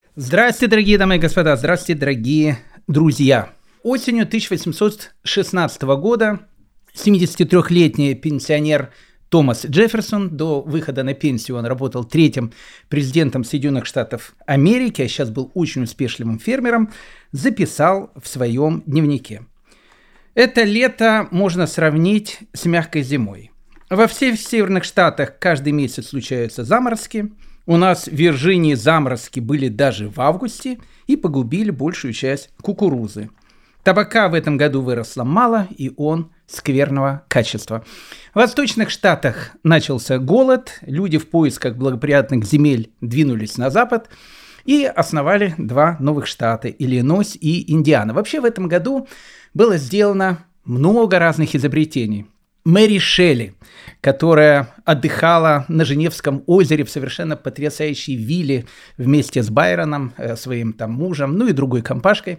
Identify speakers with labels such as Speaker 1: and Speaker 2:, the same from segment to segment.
Speaker 1: Здравствуйте, дорогие дамы и господа, здравствуйте, дорогие друзья. Осенью 1816 года 73-летний пенсионер Томас Джефферсон, до выхода на пенсию он работал третьим президентом Соединенных Штатов Америки, а сейчас был очень успешным фермером, записал в своем дневнике: «Это лето можно сравнить с мягкой зимой. Во всех северных штатах каждый месяц случаются заморозки. У нас в Вирджинии заморозки были даже в августе и погубили большую часть кукурузы. Табака в этом году выросло мало, и он скверного качества. В восточных штатах начался голод, люди в поисках благоприятных земель двинулись на запад и основали два новых штата – Иллинойс и Индиана. Вообще в этом году было сделано много разных изобретений. Мэри Шелли, которая отдыхала на Женевском озере в совершенно потрясающей вилле вместе с Байроном, своим там мужем, ну и другой компашкой,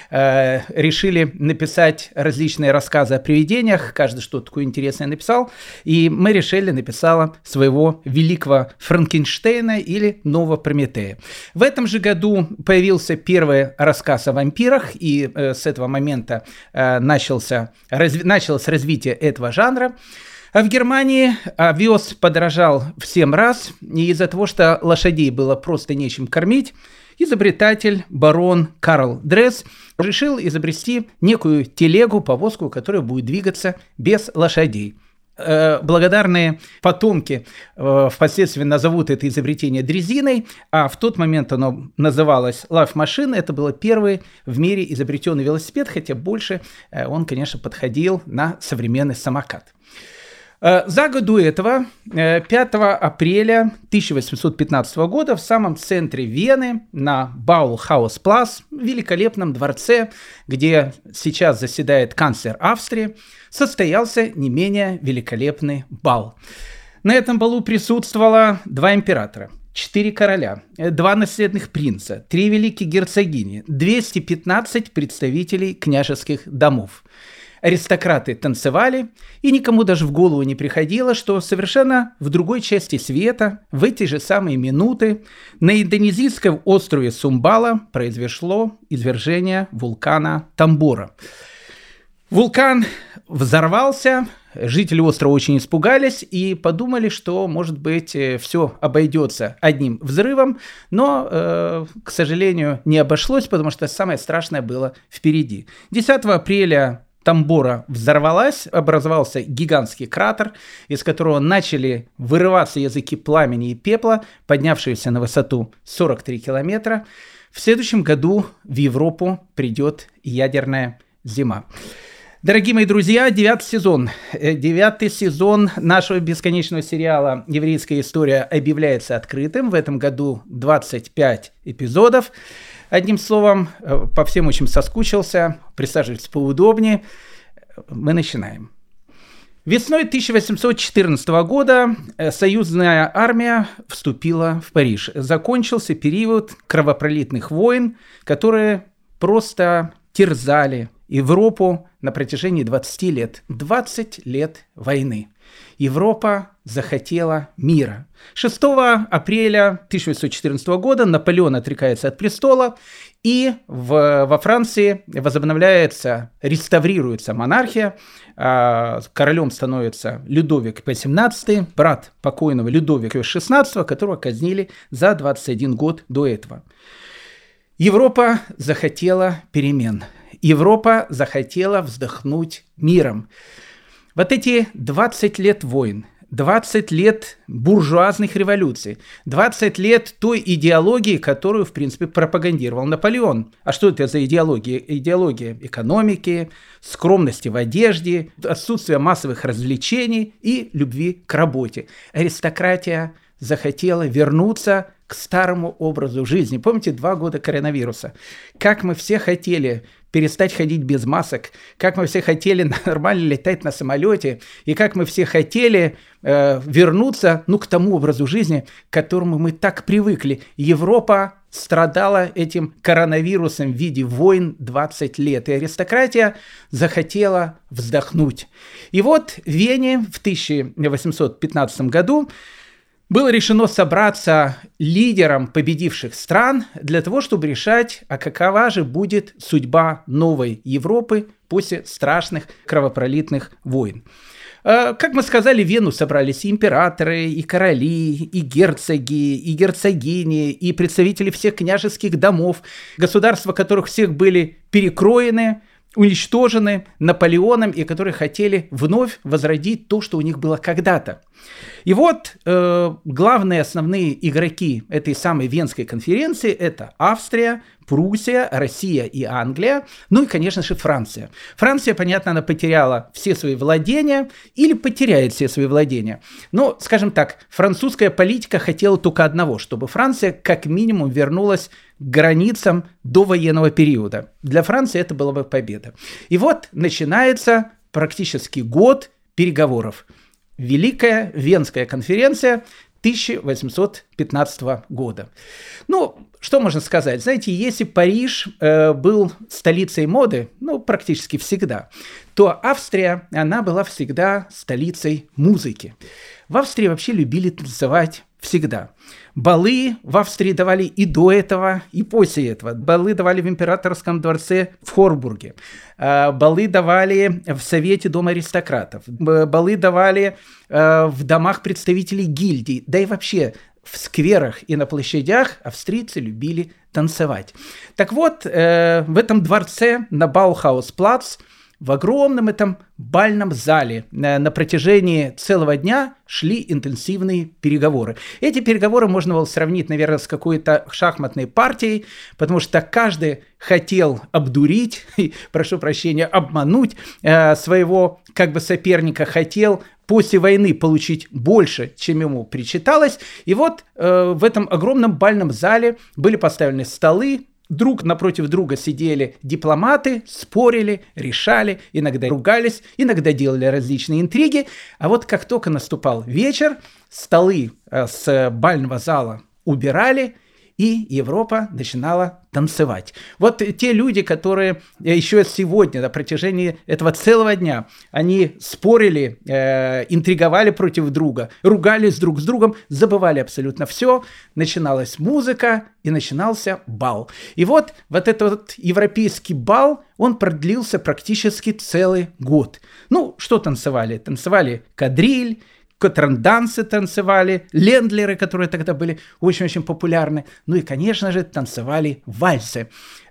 Speaker 1: решили написать различные рассказы о привидениях, каждый что-то такое интересное написал, и Мэри Шелли написала своего великого Франкенштейна или Нового Прометея. В этом же году появился первый рассказ о вампирах, и с этого момента началось развитие этого жанра. А в Германии овес подорожал в 7 раз, и из-за того, что лошадей было просто нечем кормить, изобретатель барон Карл Дресс решил изобрести некую телегу, повозку, которая будет двигаться без лошадей. Благодарные потомки впоследствии назовут это изобретение дрезиной, а в тот момент оно называлось Life Machine. Это был первый в мире изобретенный велосипед, хотя больше он, конечно, подходил на современный самокат. За год до этого, 5 апреля 1815 года, в самом центре Вены, на Баухаус-Плац, в великолепном дворце, где сейчас заседает канцлер Австрии, состоялся не менее великолепный бал. На этом балу присутствовало 2 императора, 4 короля, 2 наследных принца, 3 великие герцогини, 215 представителей княжеских домов. Аристократы танцевали, и никому даже в голову не приходило, что совершенно в другой части света, в эти же самые минуты, на индонезийском острове Сумбала произошло извержение вулкана Тамбора. Вулкан взорвался, жители острова очень испугались и подумали, что, может быть, все обойдется одним взрывом, но, к сожалению, не обошлось, потому что самое страшное было впереди. 10 апреля Тамбора взорвалась, образовался гигантский кратер, из которого начали вырываться языки пламени и пепла, поднявшиеся на высоту 43 километра. В следующем году в Европу придет ядерная зима. Дорогие мои друзья, 9-й сезон нашего бесконечного сериала «Еврейская история» объявляется открытым. В этом году 25 эпизодов. Одним словом, по всем очень соскучился. Присаживайтесь поудобнее. Мы начинаем. Весной 1814 года союзная армия вступила в Париж. Закончился период кровопролитных войн, которые просто терзали Европу на протяжении 20 лет. 20 лет войны. Европа захотела мира. 6 апреля 1814 года Наполеон отрекается от престола, и во Франции реставрируется монархия. Королем становится Людовик XVIII, брат покойного Людовика XVI, которого казнили за 21 год до этого. Европа захотела перемен. Европа захотела вздохнуть миром. Вот эти 20 лет войн, 20 лет буржуазных революций, 20 лет той идеологии, которую, в принципе, пропагандировал Наполеон. А что это за идеология? Идеология экономики, скромности в одежде, отсутствия массовых развлечений и любви к работе. Аристократия захотела вернуться к старому образу жизни. Помните 2 года коронавируса? Как мы все хотели перестать ходить без масок, как мы все хотели нормально летать на самолете, и как мы все хотели вернуться к тому образу жизни, к которому мы так привыкли. Европа страдала этим коронавирусом в виде войн 20 лет, и аристократия захотела вздохнуть. И вот в Вене в 1815 году было решено собраться лидерам победивших стран для того, чтобы решать, а какова же будет судьба новой Европы после страшных кровопролитных войн. Как мы сказали, в Вену собрались и императоры, и короли, и герцоги, и герцогини, и представители всех княжеских домов, государства которых всех были перекроены, уничтожены Наполеоном, и которые хотели вновь возродить то, что у них было когда-то. И вот главные основные игроки этой самой Венской конференции – это Австрия, Пруссия, Россия и Англия, ну и, конечно же, Франция. Франция, понятно, она потеряла все свои владения или потеряет все свои владения. Но, скажем так, французская политика хотела только одного, чтобы Франция как минимум вернулась к границам довоенного периода. Для Франции это была бы победа. И вот начинается практически год переговоров. Великая Венская конференция 1815 года. Ну, что можно сказать? Знаете, если Париж был столицей моды, ну, практически всегда, то Австрия, она была всегда столицей музыки. В Австрии вообще любили танцевать всегда. Балы в Австрии давали и до этого, и после этого. Балы давали в императорском дворце в Хорбурге. Балы давали в Совете дома аристократов. Балы давали в домах представителей гильдий. Да и вообще в скверах и на площадях австрийцы любили танцевать. Так вот, в этом дворце на Баухаус-плац в огромном этом бальном зале на протяжении целого дня шли интенсивные переговоры. Эти переговоры можно было сравнить, наверное, с какой-то шахматной партией, потому что каждый хотел обдурить, прошу прощения, обмануть своего как бы соперника, хотел после войны получить больше, чем ему причиталось. И вот в этом огромном бальном зале были поставлены столы, друг напротив друга сидели дипломаты, спорили, решали, иногда ругались, иногда делали различные интриги. А вот как только наступал вечер, столы с бального зала убирали, и Европа начинала танцевать. Вот те люди, которые еще сегодня, на протяжении этого целого дня, они спорили, интриговали против друга, ругались друг с другом, забывали абсолютно все, начиналась музыка и начинался бал. И вот этот вот европейский бал, он продлился практически целый год. Ну, что танцевали? Танцевали кадриль, котрандансы танцевали, лендлеры, которые тогда были очень-очень популярны. Ну и, конечно же, танцевали вальсы.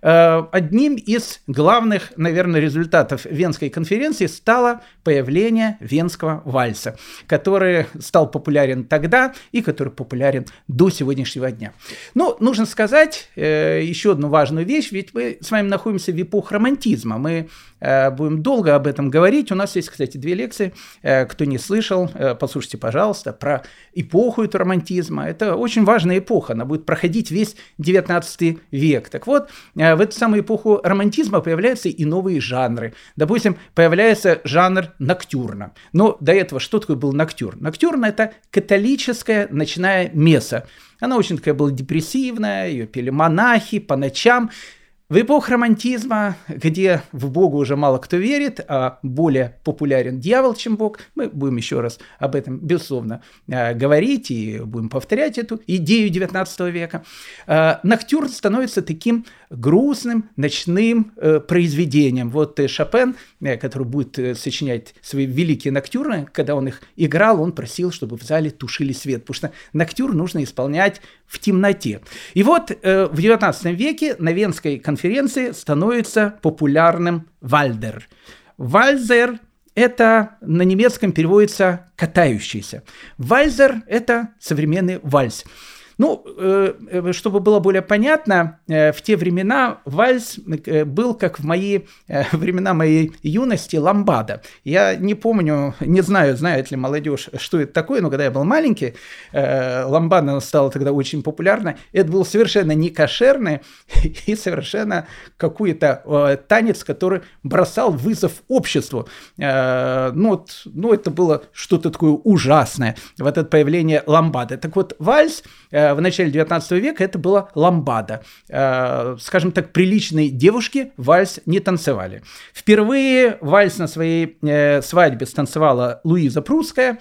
Speaker 1: Одним из главных, наверное, результатов Венской конференции стало появление венского вальса, который стал популярен тогда и который популярен до сегодняшнего дня. Но нужно сказать еще одну важную вещь, ведь мы с вами находимся в эпоху романтизма. Мы будем долго об этом говорить. У нас есть, кстати, 2 лекции. Кто не слышал, послушайте, пожалуйста, про эпоху этого романтизма. Это очень важная эпоха. Она будет проходить весь 19 век. Так вот, в эту самую эпоху романтизма появляются и новые жанры. Допустим, появляется жанр ноктюрна. Но до этого что такое был ноктюрн? Ноктюрн – это католическая ночная месса. Она очень такая была депрессивная, ее пели монахи по ночам. В эпоху романтизма, где в Бога уже мало кто верит, а более популярен дьявол, чем Бог, мы будем еще раз об этом, безусловно, говорить и будем повторять эту идею 19 века, ноктюрн становится таким грустным ночным произведением. Вот Шопен, который будет сочинять свои великие ноктюрны, когда он их играл, он просил, чтобы в зале тушили свет, потому что ноктюрн нужно исполнять в темноте. И вот в 19 веке на Венской конференции становится популярным вальдер. Вальзер – это на немецком переводится «катающийся». Вальзер – это современный вальс. Ну, чтобы было более понятно, в те времена вальс был, как в времена моей юности, ламбада. Я не помню, не знаю, знает ли молодежь, что это такое, но когда я был маленький, ламбада стала тогда очень популярна. Это был совершенно не кошерный и совершенно какой-то танец, который бросал вызов обществу. Это было что-то такое ужасное, вот это появление ламбады. Так вот, вальс в начале 19 века это была ламбада. Скажем так, приличные девушки вальс не танцевали. Впервые вальс на своей свадьбе станцевала Луиза Прусская,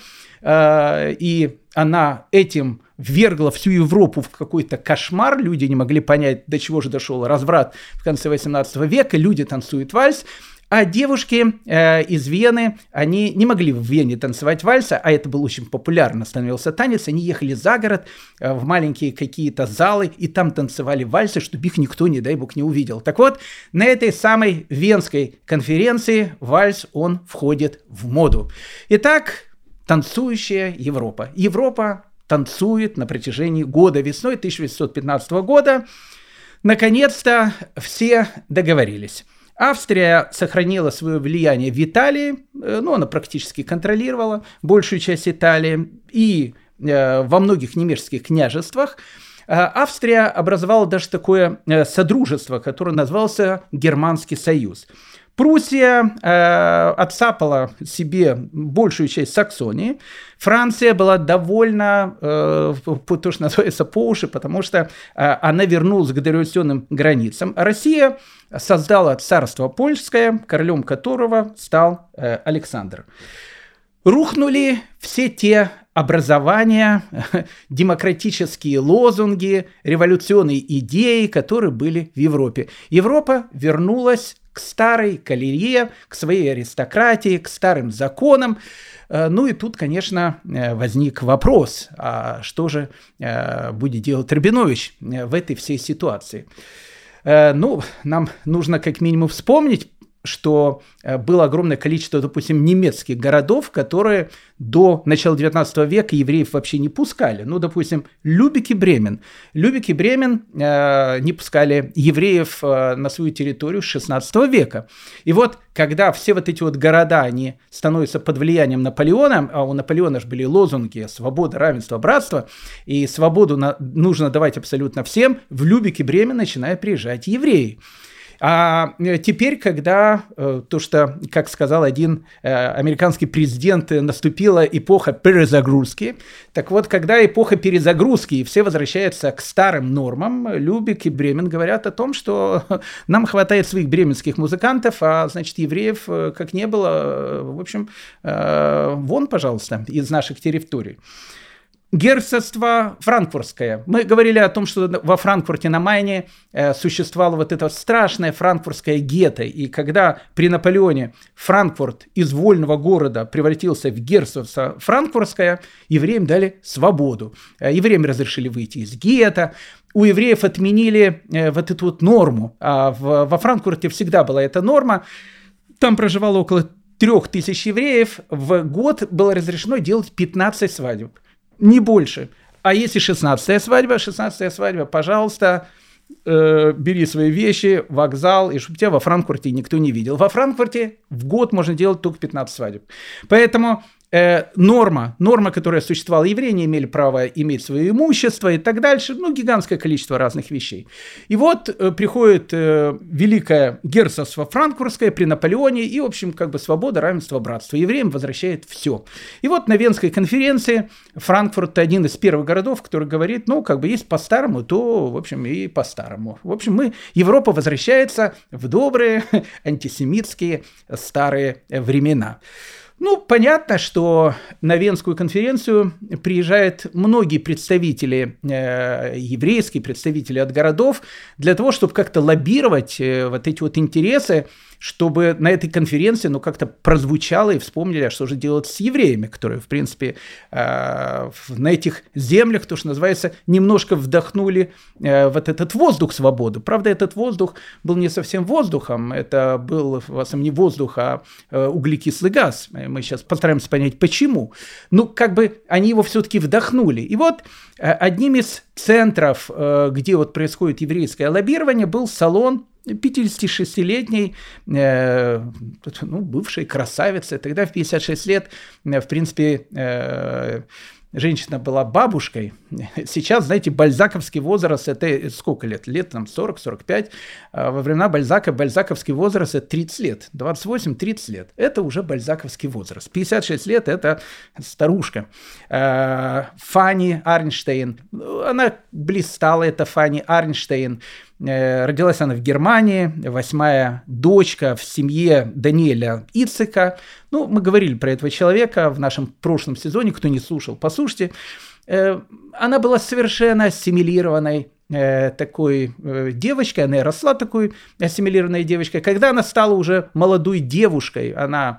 Speaker 1: и она этим ввергла всю Европу в какой-то кошмар. Люди не могли понять, до чего же дошел разврат в конце 18 века. Люди танцуют вальс. А девушки из Вены, они не могли в Вене танцевать вальса, а это был очень популярно, становился танец. Они ехали за город в маленькие какие-то залы, и там танцевали вальсы, чтобы их никто, не дай бог, не увидел. Так вот, на этой самой Венской конференции вальс, он входит в моду. Итак, танцующая Европа. Европа танцует на протяжении года. Весной 1815 года наконец-то все договорились. Австрия сохранила свое влияние в Италии, она практически контролировала большую часть Италии, и во многих немецких княжествах. Австрия образовала даже такое содружество, которое назывался Германский союз. Пруссия отцапала себе большую часть Саксонии. Франция была довольно, то, что называется, по уши, потому что она вернулась к дореволюционным границам. Россия создала царство польское, королем которого стал Александр. Рухнули все те образования, демократические лозунги, революционные идеи, которые были в Европе. Европа вернулась к старой колее, к своей аристократии, к старым законам. Ну и тут, конечно, возник вопрос, а что же будет делать Рабинович в этой всей ситуации? Нам нужно как минимум вспомнить, что было огромное количество, допустим, немецких городов, которые до начала 19 века евреев вообще не пускали. Допустим, Любек и Бремен. Любек и Бремен не пускали евреев на свою территорию с 16 века. И вот, когда все вот эти вот города, они становятся под влиянием Наполеона, а у Наполеона же были лозунги «свобода, равенство, братство», и свободу нужно давать абсолютно всем, в Любек и Бремен начинают приезжать евреи. А теперь, когда то, что, как сказал один американский президент, наступила эпоха перезагрузки, так вот, когда эпоха перезагрузки и все возвращаются к старым нормам, Любек и Бремен говорят о том, что нам хватает своих бременских музыкантов, а значит, евреев как не было, в общем, вон, пожалуйста, из наших территорий. Герцогство Франкфуртское. Мы говорили о том, что во Франкфурте на Майне существовало вот это страшное франкфуртское гетто. И когда при Наполеоне Франкфурт из вольного города превратился в герцогство Франкфуртское, евреям дали свободу. Евреям разрешили выйти из гетто. У евреев отменили вот эту вот норму. Во Франкфурте всегда была эта норма. Там проживало около 3000 евреев. В год было разрешено делать 15 свадеб. Не больше. А если 16-я свадьба, пожалуйста, бери свои вещи, вокзал, и чтобы тебя во Франкфурте никто не видел. Во Франкфурте в год можно делать только 15 свадеб. Поэтому норма, которая существовала, евреи не имели права иметь свое имущество и так дальше, гигантское количество разных вещей. И вот приходит великое герцогство Франкфуртское при Наполеоне, и, в общем, свобода, равенство, братство. Евреям возвращает все. И вот на Венской конференции Франкфурт один из первых городов, который говорит, есть по-старому, то, в общем, и по-старому. В общем, Европа возвращается в добрые антисемитские старые времена. Понятно, что на Венскую конференцию приезжают многие представители, еврейские представители от городов, для того, чтобы как-то лоббировать вот эти вот интересы, чтобы на этой конференции как-то прозвучало и вспомнили, что же делать с евреями, которые, в принципе, на этих землях, то, что называется, немножко вдохнули вот этот воздух свободы. Правда, этот воздух был не совсем воздухом, это был, в основном, не воздух, а углекислый газ. Мы сейчас постараемся понять, почему. Они его все-таки вдохнули. И вот одним из центров, где вот происходит еврейское лоббирование, был салон 56-летней бывшей красавицы. Тогда в 56 лет, в принципе, женщина была бабушкой. Сейчас, знаете, бальзаковский возраст – это сколько лет? Лет там 40-45. Во времена Бальзака бальзаковский возраст – это 30 лет. 28-30 лет. Это уже бальзаковский возраст. 56 лет – это старушка. Фанни Арнштейн. Она блистала, это Фанни Арнштейн. Родилась она в Германии, 8-я дочка в семье Даниэля Ицека. Ну, мы говорили про этого человека в нашем прошлом сезоне, кто не слушал, послушайте. Она была совершенно ассимилированной такой девочкой, она и росла такой ассимилированной девочкой. Когда она стала уже молодой девушкой, она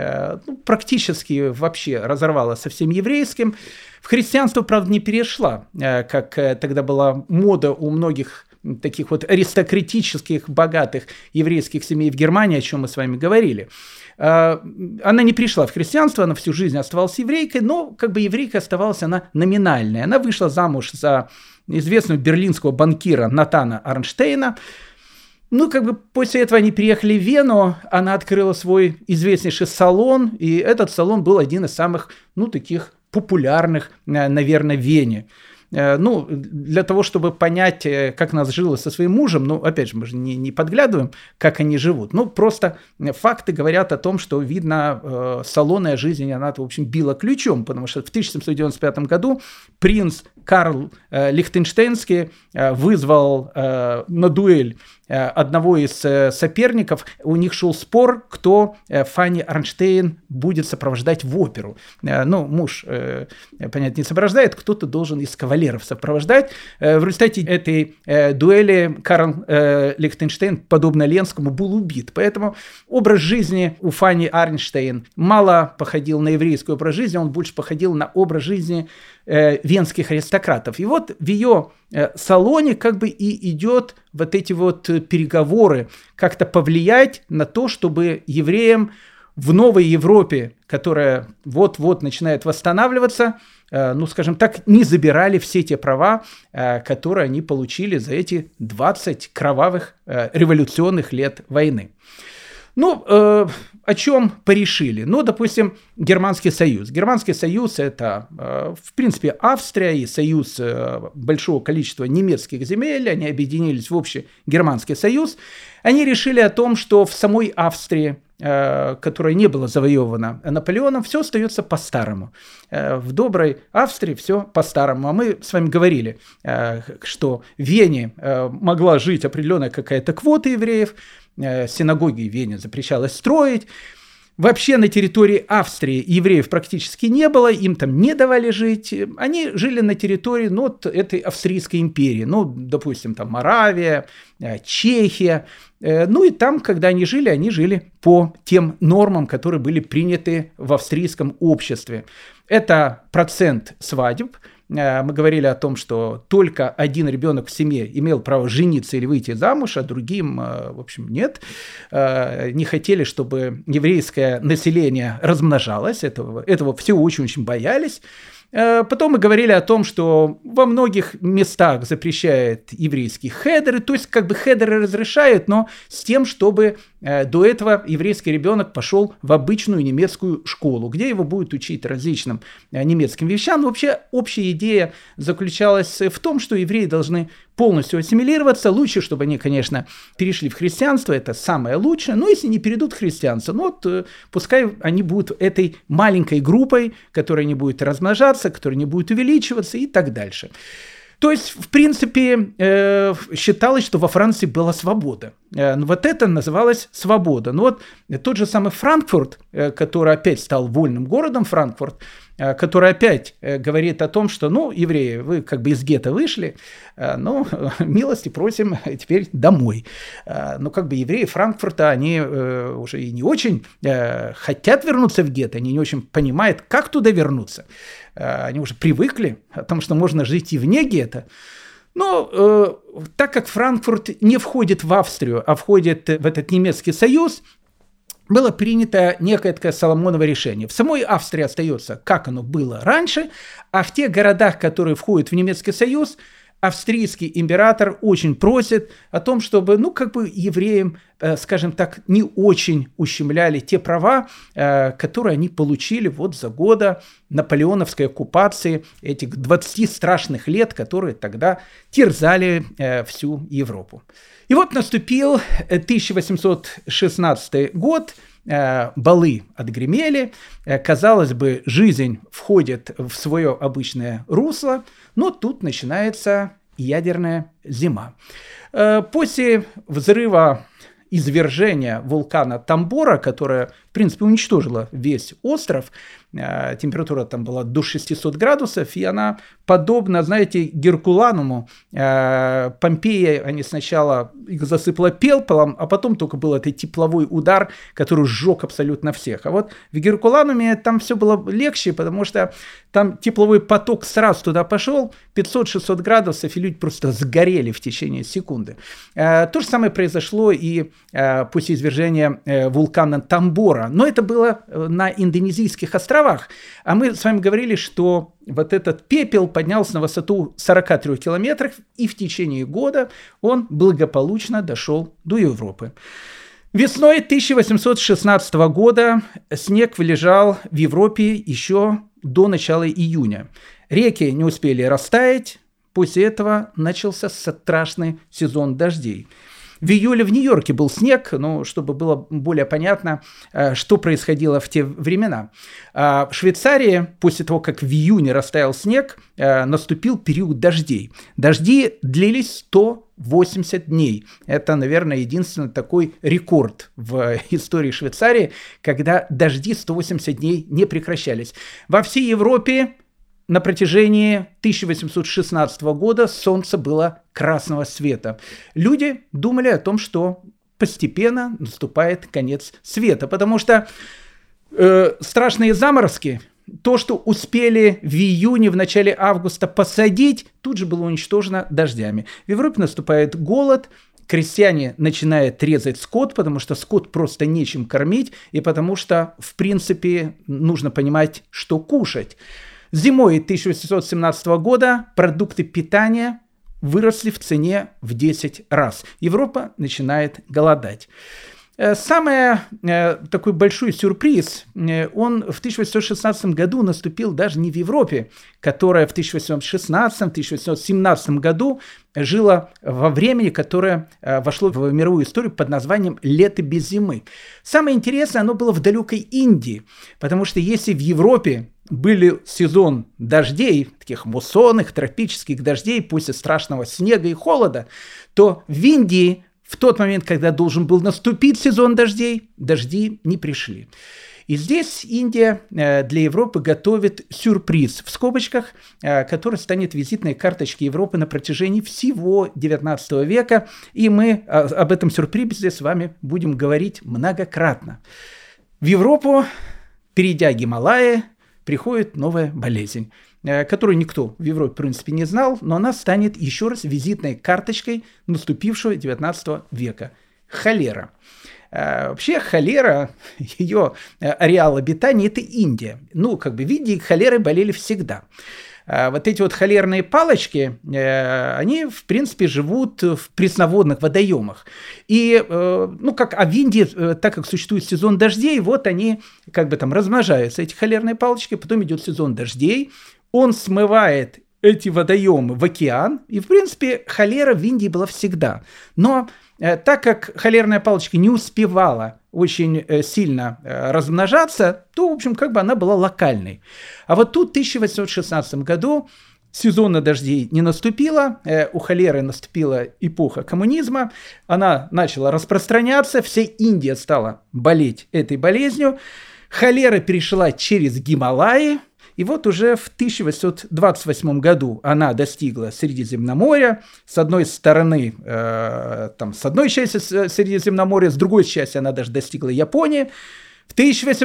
Speaker 1: практически вообще разорвала со всем еврейским. В христианство, правда, не перешла, как тогда была мода у многих таких вот аристократических, богатых еврейских семей в Германии, о чем мы с вами говорили. Она не пришла в христианство, она всю жизнь оставалась еврейкой, но как бы еврейкой оставалась она номинальной. Она вышла замуж за известного берлинского банкира Натана Арнштейна. Ну, как бы после этого они переехали в Вену, она открыла свой известнейший салон, и этот салон был один из самых, таких популярных, наверное, в Вене. Ну, для того, чтобы понять, как она жила со своим мужем, опять же, мы же не подглядываем, как они живут. Просто факты говорят о том, что, видно, салонная жизнь, она, в общем, била ключом, потому что в 1795 году принц Карл Лихтенштейнский вызвал на дуэль одного из соперников. У них шел спор, кто Фанни Арнштейн будет сопровождать в оперу. Муж, понятно, не сопровождает, кто-то должен из кавалеров сопровождать. В результате этой дуэли Карл Лихтенштейн, подобно Ленскому, был убит. Поэтому образ жизни у Фанни Арнштейн мало походил на еврейский образ жизни, он больше походил на образ жизни венских аристократов. И вот в ее салоне как бы и идет вот эти вот переговоры, как-то повлиять на то, чтобы евреям в новой Европе, которая вот-вот начинает восстанавливаться, скажем так, не забирали все те права, которые они получили за эти 20 кровавых революционных лет войны. О чем порешили? Допустим, Германский союз. Германский союз – это, в принципе, Австрия и союз большого количества немецких земель. Они объединились в общий Германский союз. Они решили о том, что в самой Австрии, которая не была завоевана Наполеоном, все остается по-старому. В доброй Австрии все по-старому. А мы с вами говорили, что в Вене могла жить определенная какая-то квота евреев, синагоги в Вене запрещалось строить. Вообще на территории Австрии евреев практически не было, им там не давали жить. Они жили на территории этой Австрийской империи, допустим, там Моравия, Чехия. И там, когда они жили по тем нормам, которые были приняты в австрийском обществе. Это процент свадеб. Мы говорили о том, что только один ребенок в семье имел право жениться или выйти замуж, а другим, в общем, нет. Не хотели, чтобы еврейское население размножалось, этого все очень-очень боялись. Потом мы говорили о том, что во многих местах запрещают еврейские хедеры, то есть как бы хедеры разрешают, но с тем, чтобы до этого еврейский ребенок пошел в обычную немецкую школу, где его будут учить различным немецким вещам. Вообще общая идея заключалась в том, что евреи должны полностью ассимилироваться. Лучше, чтобы они, конечно, перешли в христианство, это самое лучшее. Но если не перейдут в христианство, пускай они будут этой маленькой группой, которая не будет размножаться, которая не будет увеличиваться и так дальше. То есть, в принципе, считалось, что во Франции была свобода. Вот это называлось свобода. Тот же самый Франкфурт, который опять стал вольным городом, Франкфурт, который опять говорит о том, что, евреи, вы как бы из гетто вышли, милости просим теперь домой. Евреи Франкфурта, они уже и не очень хотят вернуться в гетто, они не очень понимают, как туда вернуться. Они уже привыкли о том, что можно жить и вне гетто. Но так как Франкфурт не входит в Австрию, а входит в этот немецкий союз, было принято некое такое Соломоново решение. В самой Австрии остается, как оно было раньше, а в тех городах, которые входят в немецкий союз, австрийский император очень просит о том, чтобы, евреям скажем так, не очень ущемляли те права, которые они получили вот за годы наполеоновской оккупации, этих 20 страшных лет, которые тогда терзали всю Европу. И вот наступил 1816 год, балы отгремели, казалось бы, жизнь входит в свое обычное русло, но тут начинается ядерная зима. После взрыва извержения вулкана Тамбора, которое, в принципе, уничтожило весь остров, температура там была до 600 градусов, и она подобна, знаете, Геркулануму. Помпеи, они сначала их засыпало пеплом, а потом только был этот тепловой удар, который сжег абсолютно всех. А вот в Геркулануме там все было легче, потому что там тепловой поток сразу туда пошел, 500-600 градусов, и люди просто сгорели в течение секунды. То же самое произошло и после извержения вулкана Тамбора. Но это было на Индонезийских островах. А мы с вами говорили, что вот этот пепел поднялся на высоту 43 километров, и в течение года он благополучно дошел до Европы. Весной 1816 года снег лежал в Европе еще до начала июня. Реки не успели растаять, после этого начался страшный сезон дождей. В июле в Нью-Йорке был снег, но чтобы было более понятно, что происходило в те времена. В Швейцарии, после того, как в июне растаял снег, наступил период дождей. Дожди длились 180 дней. Это, наверное, единственный такой рекорд в истории Швейцарии, когда дожди 180 дней не прекращались. Во всей Европе на протяжении 1816 года солнце было красного цвета. Люди думали о том, что постепенно наступает конец света, потому что страшные заморозки, то, что успели в июне, в начале августа посадить, тут же было уничтожено дождями. В Европе наступает голод, крестьяне начинают резать скот, потому что скот просто нечем кормить, и потому что, в принципе, нужно понимать, что кушать. Зимой 1817 года продукты питания выросли в цене в 10 раз. Европа начинает голодать. Самый такой большой сюрприз, он в 1816 году наступил даже не в Европе, которая в 1816-1817 году жила во времени, которое вошло в мировую историю под названием «Лето без зимы». Самое интересное, оно было в далекой Индии, потому что если в Европе был сезон дождей, таких муссонных, тропических дождей после страшного снега и холода, то в Индии в тот момент, когда должен был наступить сезон дождей, дожди не пришли. И здесь Индия для Европы готовит сюрприз, в скобочках, который станет визитной карточкой Европы на протяжении всего XIX века. И мы об этом сюрпризе с вами будем говорить многократно. В Европу, перейдя Гималаи, приходит новая болезнь, которую никто в Европе, в принципе, не знал, но она станет еще раз визитной карточкой наступившего XIX века. Холера. Вообще холера, ее ареал обитания – это Индия. Ну, как бы в Индии холерой болели всегда. Вот эти вот холерные палочки, они, в принципе, живут в пресноводных водоемах. И, ну, как, а в Индии, так как существует сезон дождей, вот они как бы там размножаются, эти холерные палочки, потом идет сезон дождей, он смывает эти водоемы в океан, и, в принципе, холера в Индии была всегда. Но так как холерная палочка не успевала очень сильно размножаться, то, в общем, как бы она была локальной. А вот тут в 1816 году сезона дождей не наступило, у холеры наступила эпоха коммунизма, она начала распространяться, вся Индия стала болеть этой болезнью, холера перешла через Гималаи, и вот уже в 1828 году она достигла Средиземноморья. С одной стороны, там, с одной части Средиземноморья, с другой части она даже достигла Японии. В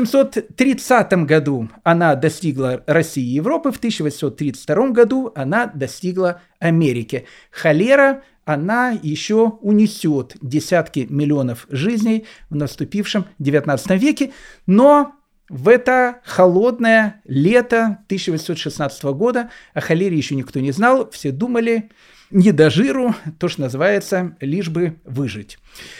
Speaker 1: 1830 году она достигла России и Европы, в 1832 году она достигла Америки. Холера, она еще унесет десятки миллионов жизней в наступившем XIX веке, но в это холодное лето 1816 года о холере еще никто не знал, все думали, не до жиру, то, что называется, лишь бы выжить.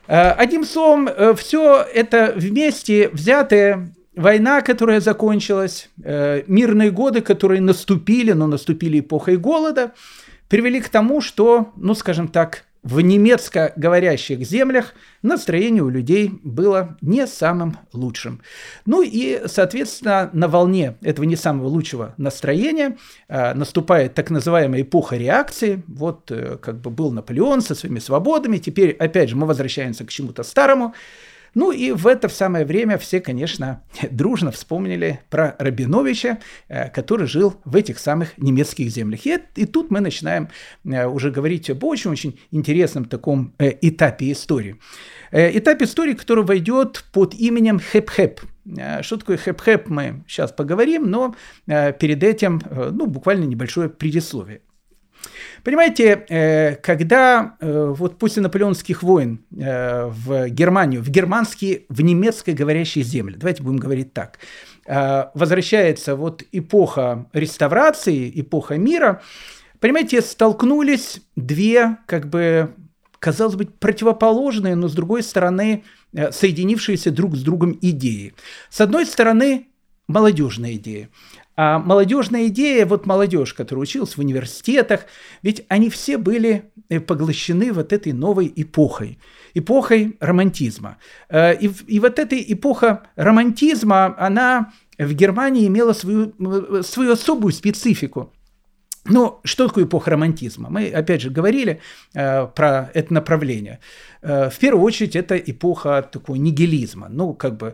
Speaker 1: Одним словом, все это вместе взятое, война, которая закончилась, мирные годы, которые наступили, но наступили эпохой голода, привели к тому, что, ну, скажем так, в немецко говорящих землях настроение у людей было не самым лучшим. Ну и, соответственно, на волне этого не самого лучшего настроения наступает так называемая эпоха реакции. Вот как бы был Наполеон со своими свободами, теперь, опять же, мы возвращаемся к чему-то старому. Ну и в это самое время все, конечно, дружно вспомнили про Рабиновича, который жил в этих самых немецких землях. И тут мы начинаем уже говорить об очень-очень интересном таком этапе истории. Этап истории, который войдет под именем Хеп-Хеп. Что такое Хеп-Хеп, мы сейчас поговорим, но перед этим буквально небольшое предисловие. Понимаете, когда вот после наполеонских войн в Германию, в немецко говорящие земли, давайте будем говорить так, возвращается вот эпоха реставрации, эпоха мира, понимаете, столкнулись две, как бы, казалось бы, противоположные, но с другой стороны, соединившиеся друг с другом идеи. С одной стороны, молодежная идея. А молодежная идея, вот молодежь, которая училась в университетах, ведь они все были поглощены вот этой новой эпохой романтизма. И вот эта эпоха романтизма, она в Германии имела свою особую специфику. Ну, что такое эпоха романтизма? Мы, опять же, говорили про это направление. В первую очередь, это эпоха такого нигилизма. Ну, как бы...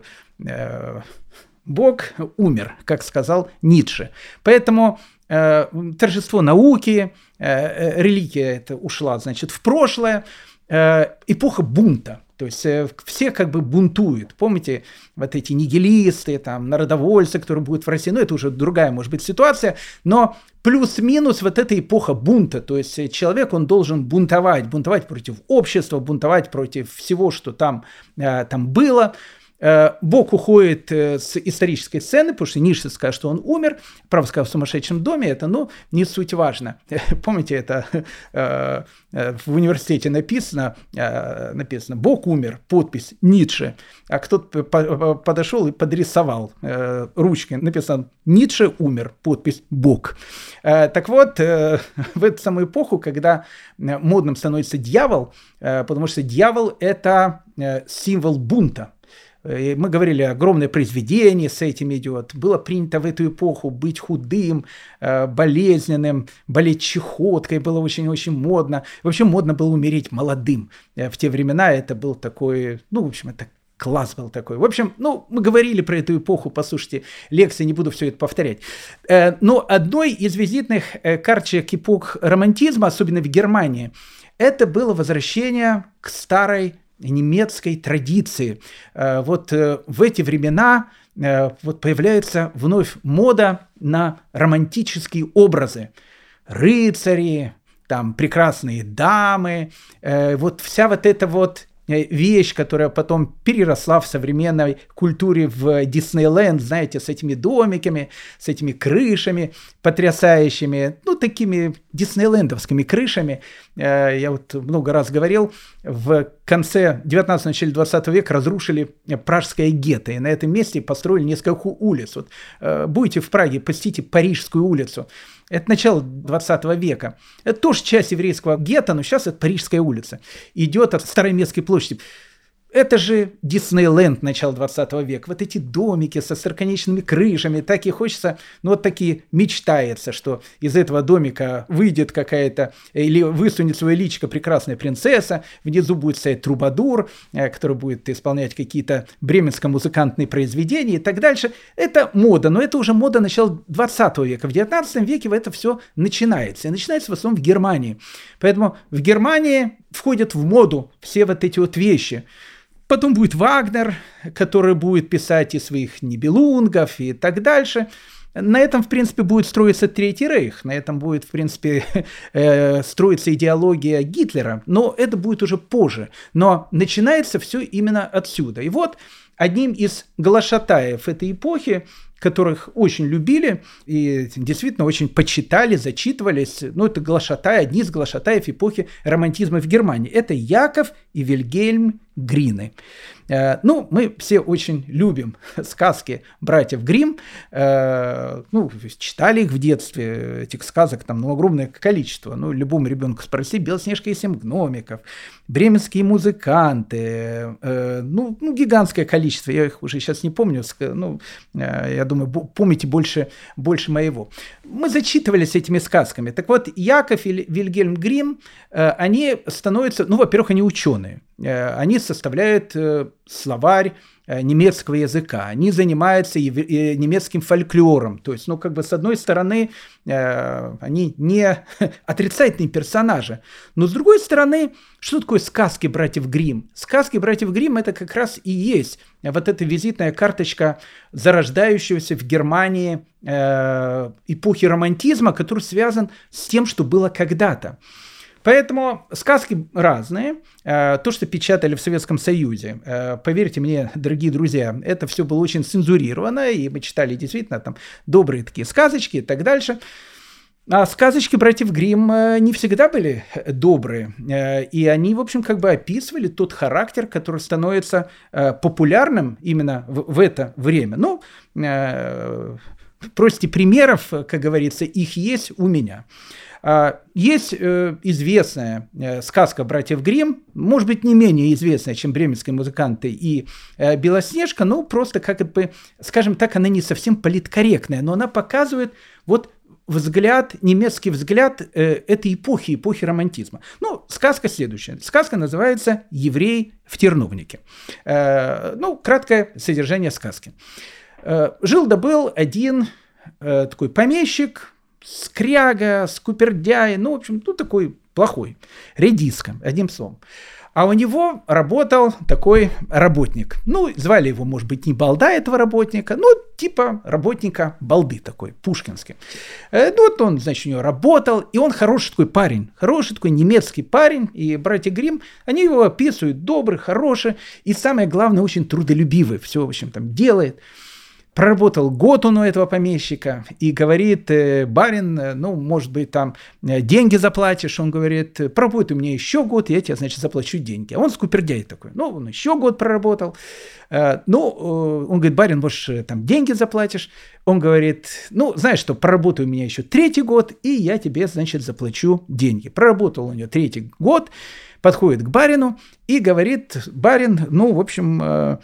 Speaker 1: Бог умер, как сказал Ницше. Поэтому торжество науки, религия это ушла, значит, в прошлое, эпоха бунта. То есть все как бы бунтуют. Помните, вот эти нигилисты, там, народовольцы, которые будут в России, ну, это уже другая, может быть, ситуация, но плюс-минус вот эта эпоха бунта, то есть человек, он должен бунтовать против общества, бунтовать против всего, что там было. Бог уходит с исторической сцены, потому что Ницше скажет, что он умер. Правда, сказал в сумасшедшем доме, это, не суть важно. Помните, это в университете написано «Бог умер», подпись Ницше. А кто-то подошел и подрисовал ручкой, написано «Ницше умер», подпись «Бог». Так вот, в эту самую эпоху, когда модным становится дьявол, потому что дьявол – это символ бунта. Мы говорили, огромное произведение с этим идет. Было принято в эту эпоху быть худым, болезненным, болеть чехоткой. Было очень-очень модно. Вообще модно было умереть молодым. В те времена это был такой, в общем, это класс был такой. В общем, мы говорили про эту эпоху, послушайте, лекции, не буду все это повторять. Но одной из визитных карточек эпох романтизма, особенно в Германии, это было возвращение к старой немецкой традиции. Вот в эти времена вот появляется вновь мода на романтические образы. Рыцари, там прекрасные дамы, вот вся вот эта вот вещь, которая потом переросла в современной культуре в Диснейленд, знаете, с этими домиками, с этими крышами потрясающими, такими диснейлендовскими крышами. Я вот много раз говорил, в конце 19-го, начале 20 века разрушили пражское гетто, и на этом месте построили несколько улиц. Вот, будете в Праге, посетите Парижскую улицу. Это начало 20 века. Это тоже часть еврейского гетто, но сейчас это Парижская улица. Идет от Староместской площади. Это же Диснейленд начала 20 века. Вот эти домики со остроконечными крышами. Так и хочется, вот такие мечтается, что из этого домика выйдет какая-то, или высунет свое личико прекрасная принцесса, внизу будет стоять трубадур, который будет исполнять какие-то бременско-музыкантные произведения и так дальше. Это мода, но это уже мода начала 20 века. В 19 веке это все начинается. И начинается в основном в Германии. Поэтому в Германии входят в моду все вот эти вот вещи. Потом будет Вагнер, который будет писать и своих Нибелунгов и так дальше. На этом, в принципе, будет строиться Третий Рейх, на этом будет, в принципе, строиться идеология Гитлера, но это будет уже позже. Но начинается все именно отсюда. И вот одним из глашатаев этой эпохи, которых очень любили и действительно очень почитали, зачитывались. Ну, это глашатай, одни из глашатаев эпохи романтизма в Германии. Это Яков и Вильгельм Грины. Ну, мы все очень любим сказки братьев Гримм. Ну, читали их в детстве, этих сказок там огромное количество. Ну, любому ребенку спроси: «Белоснежка и 7 гномиков», «Бременские музыканты». Ну, гигантское количество. Я их уже сейчас не помню. Ну, я думаю, помните больше моего. Мы зачитывались этими сказками. Так вот, Яков и Вильгельм Гримм, они становятся, ну, во-первых, они ученые. Они составляют словарь немецкого языка, они занимаются немецким фольклором. То есть, ну, как бы, с одной стороны, они не отрицательные персонажи, но с другой стороны, что такое сказки братьев Гримм? Сказки братьев Гримм — это как раз и есть вот эта визитная карточка зарождающегося в Германии эпохи романтизма, который связан с тем, что было когда-то. Поэтому сказки разные. То, что печатали в Советском Союзе, поверьте мне, дорогие друзья, это все было очень цензурировано, и мы читали действительно там добрые такие сказочки и так дальше. А сказочки братьев Гримм не всегда были добрые, и они, в общем, как бы описывали тот характер, который становится популярным именно в это время. Ну, просите примеров, как говорится, их есть у меня. Есть известная сказка братьев Гримм, может быть, не менее известная, чем «Бременские музыканты» и «Белоснежка», но просто, как бы, скажем так, она не совсем политкорректная, но она показывает вот взгляд, немецкий взгляд этой эпохи романтизма. Ну, сказка следующая. Сказка называется «Еврей в терновнике». Ну, краткое содержание сказки. Жил-да-был один такой помещик, скряга, скупердяй, ну, в общем, ну, такой плохой, редиска, одним словом. А у него работал такой работник. Ну, звали его, может быть, не балда этого работника, но типа работника балды такой, пушкинский. Ну, вот он, значит, у него работал, и он хороший такой парень, хороший такой немецкий парень, и братья Гримм, они его описывают добрый, хороший, и самое главное, очень трудолюбивый, все, в общем, там делает. Проработал год он у этого помещика и говорит: барин, ну, может быть, там деньги заплатишь. Он говорит: поработай у меня еще год, я тебе, значит, заплачу деньги. А он скупердяй такой. Ну, он еще год проработал. Ну, он говорит: барин, может, там деньги заплатишь. Он говорит: ну, знаешь что, поработай у меня еще 3-й год, и я тебе, значит, заплачу деньги. Проработал у него 3-й год. Подходит к барину и говорит: барин, ну, в общем,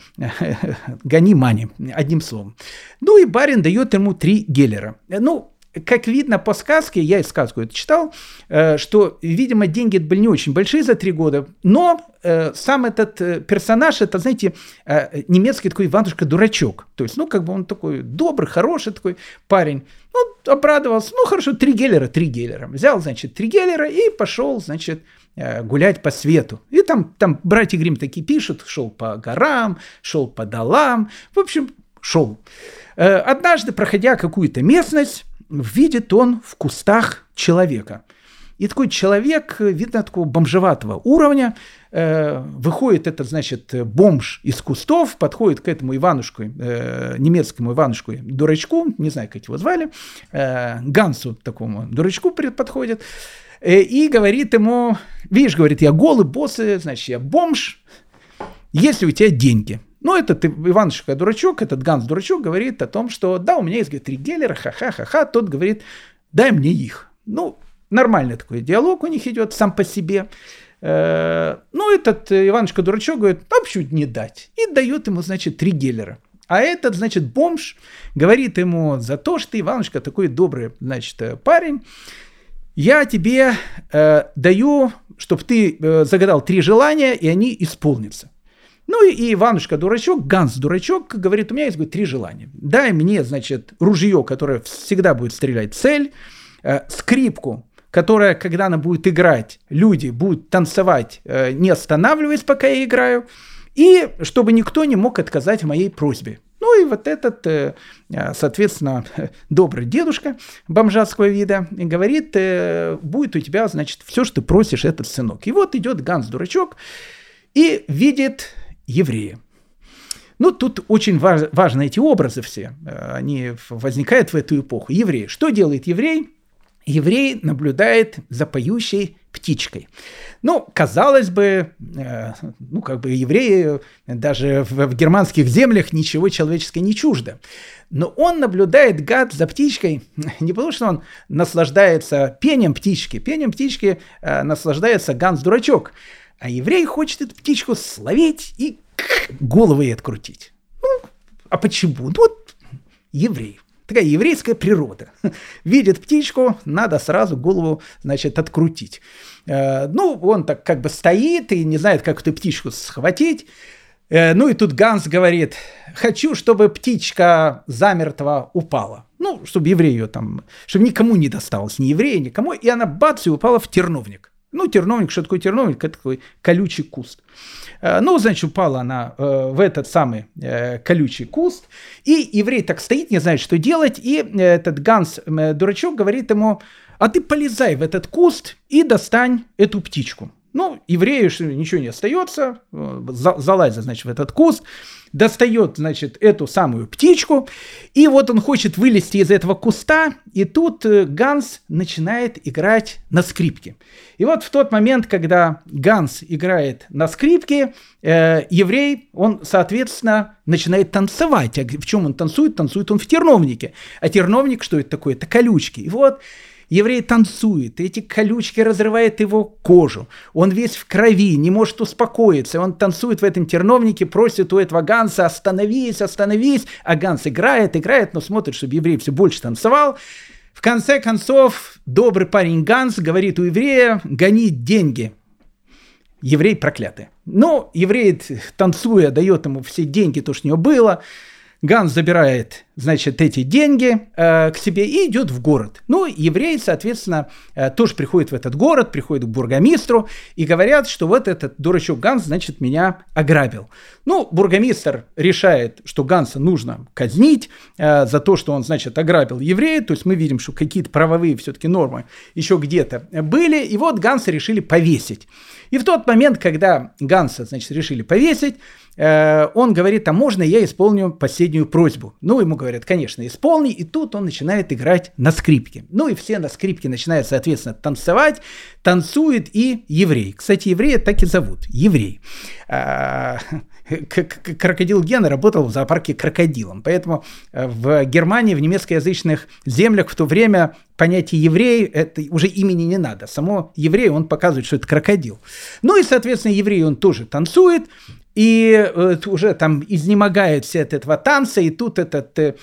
Speaker 1: гони мани, одним словом. Ну, и барин дает ему 3 геллера. Ну, как видно по сказке, я и сказку это читал, что, видимо, деньги были не очень большие за 3 года, но сам этот персонаж, это, знаете, немецкий такой Иванушка-дурачок. То есть, ну, как бы он такой добрый, хороший такой парень. Ну, обрадовался: ну, хорошо, 3 геллера. Взял, значит, 3 геллера и пошел, значит, гулять по свету. И там братья Гримм такие пишут: шел по горам, шел по долам, в общем, шел. Однажды, проходя какую-то местность, видит он в кустах человека. И такой человек, видно, такого бомжеватого уровня, выходит этот, значит, бомж из кустов, подходит к этому Иванушку, немецкому Иванушку-дурачку, не знаю, как его звали, Гансу такому дурачку подходит, и говорит ему: видишь, говорит, я голый, босый, значит, я бомж, есть ли у тебя деньги? Ну, этот Иванушка-дурачок, этот Ганс-дурачок говорит о том, что да, у меня есть, говорит, 3 геллера, ха-ха-ха-ха, тот говорит: дай мне их. Ну, нормальный такой диалог у них идет сам по себе. Ну, этот Иванушка-дурачок говорит: ну, почему не дать? И дает ему, значит, 3 геллера. А этот, значит, бомж говорит ему: за то, что ты, Иванушка, такой добрый, значит, парень, я тебе даю, чтобы ты загадал 3 желания, и они исполнятся. Ну и Иванушка-дурачок, Ганс-дурачок говорит: у меня есть, говорит, 3 желания. Дай мне, значит, ружье, которое всегда будет стрелять в цель, скрипку, которая, когда она будет играть, люди будут танцевать, не останавливаясь, пока я играю, и чтобы никто не мог отказать в моей просьбе. Ну и вот этот, соответственно, добрый дедушка бомжатского вида говорит: будет у тебя, значит, все, что ты просишь, этот сынок. И вот идет Ганс-дурачок и видит еврея. Ну, тут очень важны эти образы все. Они возникают в эту эпоху. Еврей. Что делает еврей? Еврей наблюдает за поющей птичкой. Ну, казалось бы, евреи даже в германских землях ничего человеческого не чуждо. Но он наблюдает, гад, за птичкой не потому, что он наслаждается пением птички. Пением птички наслаждается Ганс-дурачок. А еврей хочет эту птичку словить и голову ей открутить. Ну, а почему? Ну, вот еврей. Такая еврейская природа. Видит птичку, надо сразу голову, значит, открутить. Он так как бы стоит и не знает, как эту птичку схватить. И тут Ганс говорит: хочу, чтобы птичка замертво упала. Ну, чтобы еврею чтобы никому не досталось, ни еврею, никому. И она бац, и упала в терновник. Ну, терновник, что такое терновник? Это такой колючий куст. Упала она в этот самый колючий куст, и еврей так стоит, не знает, что делать, и этот Ганс-дурачок говорит ему: а ты полезай в этот куст и достань эту птичку. Ну, еврею ничего не остается, залазит, значит, в этот куст, достает, значит, эту самую птичку, и вот он хочет вылезти из этого куста, и тут Ганс начинает играть на скрипке. И вот в тот момент, когда Ганс играет на скрипке, еврей, он, соответственно, начинает танцевать. А в чем он танцует? Танцует он в терновнике. А терновник, что это такое? Это колючки. И вот еврей танцует, эти колючки разрывают его кожу, он весь в крови, не может успокоиться, он танцует в этом терновнике, просит у этого Ганса: остановись, остановись, а Ганс играет, но смотрит, чтобы еврей все больше танцевал. В конце концов, добрый парень Ганс говорит у еврея: гони деньги. Еврей проклятый. Но еврей, танцуя, дает ему все деньги, то, что у него было. Ганс забирает, значит, эти деньги к себе и идет в город. Ну, евреи, соответственно, тоже приходят в этот город, приходят к бургомистру и говорят, что вот этот дурачок Ганс, значит, меня ограбил. Ну, бургомистр решает, что Ганса нужно казнить за то, что он, значит, ограбил еврея. То есть мы видим, что какие-то правовые все-таки нормы еще где-то были. И вот Ганса решили повесить. И в тот момент, когда Ганса, значит, решили повесить, он говорит: а можно я исполню последнюю просьбу? Ну, ему говорят: конечно, исполни. И тут он начинает играть на скрипке. Ну, и все на скрипке начинают, соответственно, танцевать. Танцует и еврей. Кстати, еврея так и зовут. Еврей. Крокодил Гена работал в зоопарке крокодилом. Поэтому в Германии, в немецкоязычных землях в то время понятие еврей, это уже имени не надо. Само еврей, он показывает, что это крокодил. Ну и, соответственно, еврей, он тоже танцует. И уже там изнемогает все от этого танца, и тут этот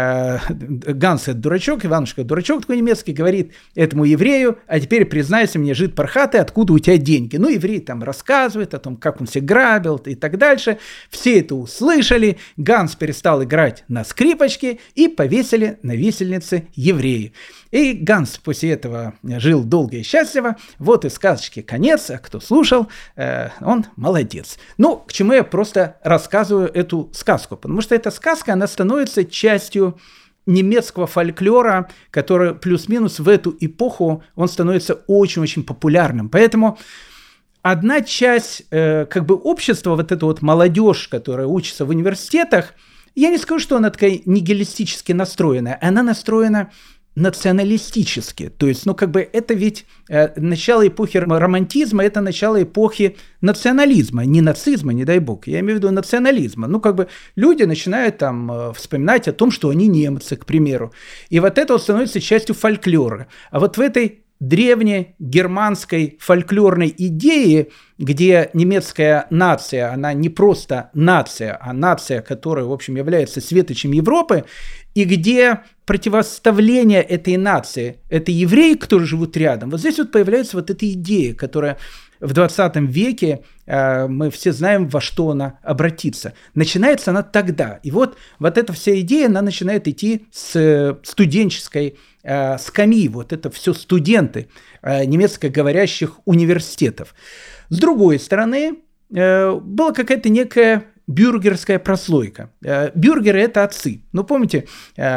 Speaker 1: Ганс, этот дурачок, Иванушка, дурачок такой немецкий, говорит этому еврею: а теперь признайся мне, жид пархатый, откуда у тебя деньги? Ну, еврей там рассказывает о том, как он всех грабил и так дальше. Все это услышали, Ганс перестал играть на скрипочке, и повесили на висельнице евреи. И Ганс после этого жил долго и счастливо. Вот и сказочки конец, а кто слушал, он молодец. Ну, к чему я просто рассказываю эту сказку? Потому что эта сказка, она становится частью немецкого фольклора, который плюс-минус в эту эпоху, он становится очень-очень популярным. Поэтому одна часть общества, вот эта вот молодежь, которая учится в университетах, я не скажу, что она такая нигилистически настроенная, она настроена националистически. То есть, это ведь начало эпохи романтизма, это начало эпохи национализма, не нацизма, не дай бог, я имею в виду национализма. Люди начинают вспоминать о том, что они немцы, к примеру. И вот это вот становится частью фольклора. А вот в этой древней германской фольклорной идее, где немецкая нация, она не просто нация, а нация, которая, в общем, является светочем Европы, и где противоставление этой нации, это евреи, которые живут рядом, вот здесь вот появляется вот эта идея, которая в 20 веке, мы все знаем, во что она обратится. Начинается она тогда. И вот эта вся идея, она начинает идти с студенческой скамьи. Вот это все студенты немецкоговорящих университетов. С другой стороны, была какая-то некая бюргерская прослойка. Бюргеры – это отцы. Ну, помните,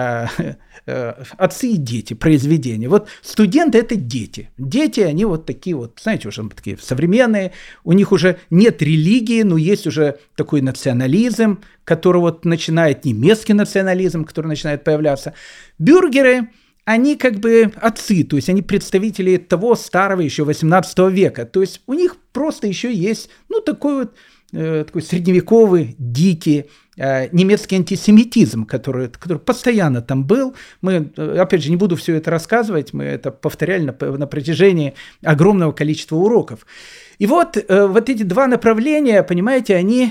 Speaker 1: отцы и дети, произведения. Вот студенты – это дети. Дети, они вот такие вот, знаете, уже такие современные. У них уже нет религии, но есть уже такой национализм, который вот начинает, немецкий национализм, который начинает появляться. Бюргеры – они как бы отцы, то есть они представители того старого еще 18 века. То есть у них просто еще есть, ну, такой средневековый, дикий немецкий антисемитизм, который постоянно там был. Мы, опять же, не буду все это рассказывать, мы это повторяли на протяжении огромного количества уроков. И вот эти два направления, понимаете, они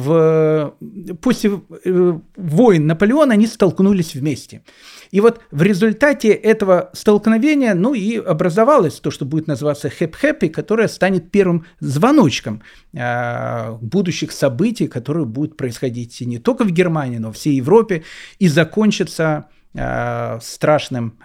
Speaker 1: после войн Наполеона они столкнулись вместе. И вот в результате этого столкновения, ну и образовалось то, что будет называться хэп-хэп, которое станет первым звоночком будущих событий, которые будут происходить не только в Германии, но и во всей Европе, и закончится страшным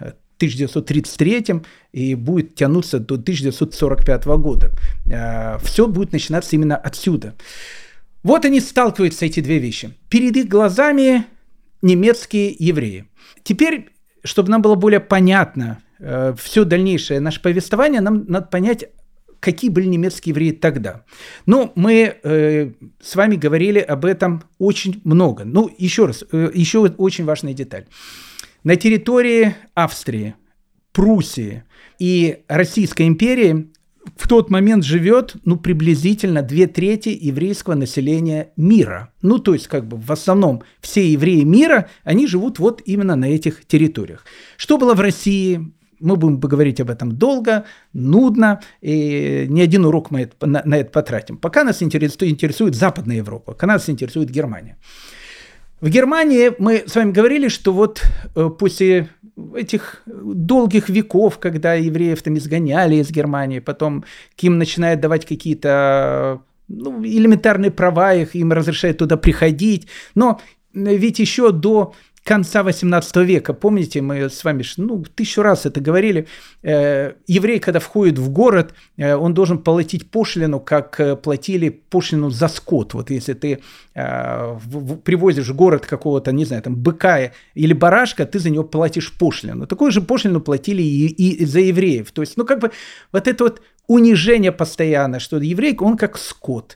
Speaker 1: 1933 и будет тянуться до 1945 года. Все будет начинаться именно отсюда. Вот они сталкиваются, эти две вещи. Перед их глазами немецкие евреи. Теперь, чтобы нам было более понятно все дальнейшее наше повествование, нам надо понять, какие были немецкие евреи тогда. Ну, мы с вами говорили об этом очень много. Ну, еще раз, еще очень важная деталь. На территории Австрии, Пруссии и Российской империи в тот момент живет, ну, приблизительно 2/3 еврейского населения мира. Ну, то есть, как бы в основном все евреи мира, они живут вот именно на этих территориях. Что было в России? Мы будем поговорить об этом долго, нудно, и не один урок мы на это потратим. Пока нас интересует Западная Европа, пока нас интересует Германия. В Германии мы с вами говорили, что вот после этих долгих веков, когда евреев там изгоняли из Германии, потом к им начинают давать какие-то элементарные права, им разрешают туда приходить. Но ведь еще до конца XVIII века, помните, мы с вами 1000 раз это говорили, еврей, когда входит в город, он должен платить пошлину, как платили пошлину за скот. Вот если ты привозишь в город какого-то, не знаю, там, быка или барашка, ты за него платишь пошлину. Такую же пошлину платили и за евреев. То есть, ну, как бы вот это вот унижение постоянно, что еврей, он как скот.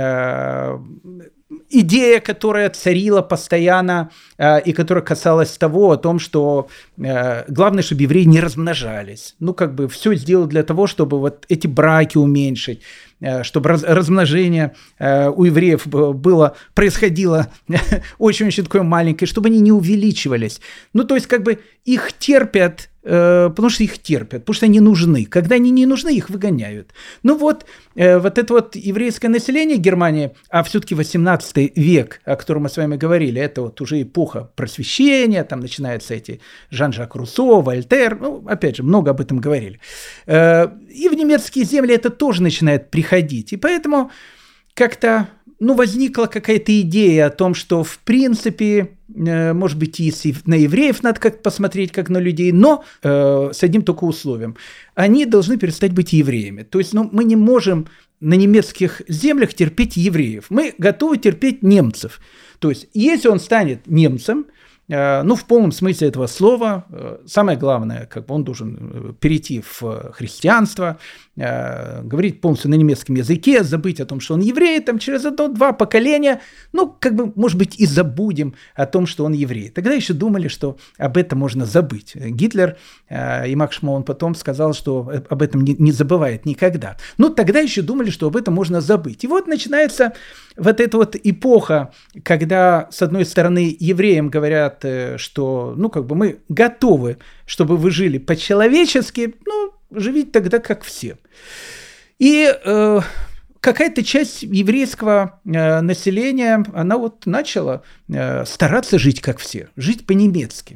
Speaker 1: Идея, которая царила постоянно и которая касалась того, о том, что главное, чтобы евреи не размножались. Ну, как бы все сделать для того, чтобы вот эти браки уменьшить, чтобы размножение у евреев происходило очень-очень такое маленькое, чтобы они не увеличивались. Ну, то есть, как бы их терпят, потому что их терпят, потому что они нужны. Когда они не нужны, их выгоняют. Ну вот это вот еврейское население Германии, а все-таки 18 век, о котором мы с вами говорили, это вот уже эпоха просвещения, там начинаются эти Жан-Жак Руссо, Вольтер, ну, опять же, много об этом говорили. И в немецкие земли это тоже начинает приходить. И поэтому как-то возникла какая-то идея о том, что, в принципе, может быть, и на евреев надо как-то посмотреть, как на людей, но с одним только условием. Они должны перестать быть евреями. То есть, мы не можем на немецких землях терпеть евреев. Мы готовы терпеть немцев. То есть, если он станет немцем, в полном смысле этого слова, самое главное, как бы он должен перейти в христианство, говорить полностью на немецком языке, забыть о том, что он еврей, там через 1-2 поколения, может быть, и забудем о том, что он еврей. Тогда еще думали, что об этом можно забыть. Гитлер и Макс Шмоун потом сказал, что об этом не забывает никогда. Тогда еще думали, что об этом можно забыть. И вот начинается вот эта вот эпоха, когда, с одной стороны, евреям говорят, что, мы готовы, чтобы вы жили по-человечески, живите тогда как все. И какая-то часть еврейского населения, она вот начала стараться жить как все, жить по-немецки.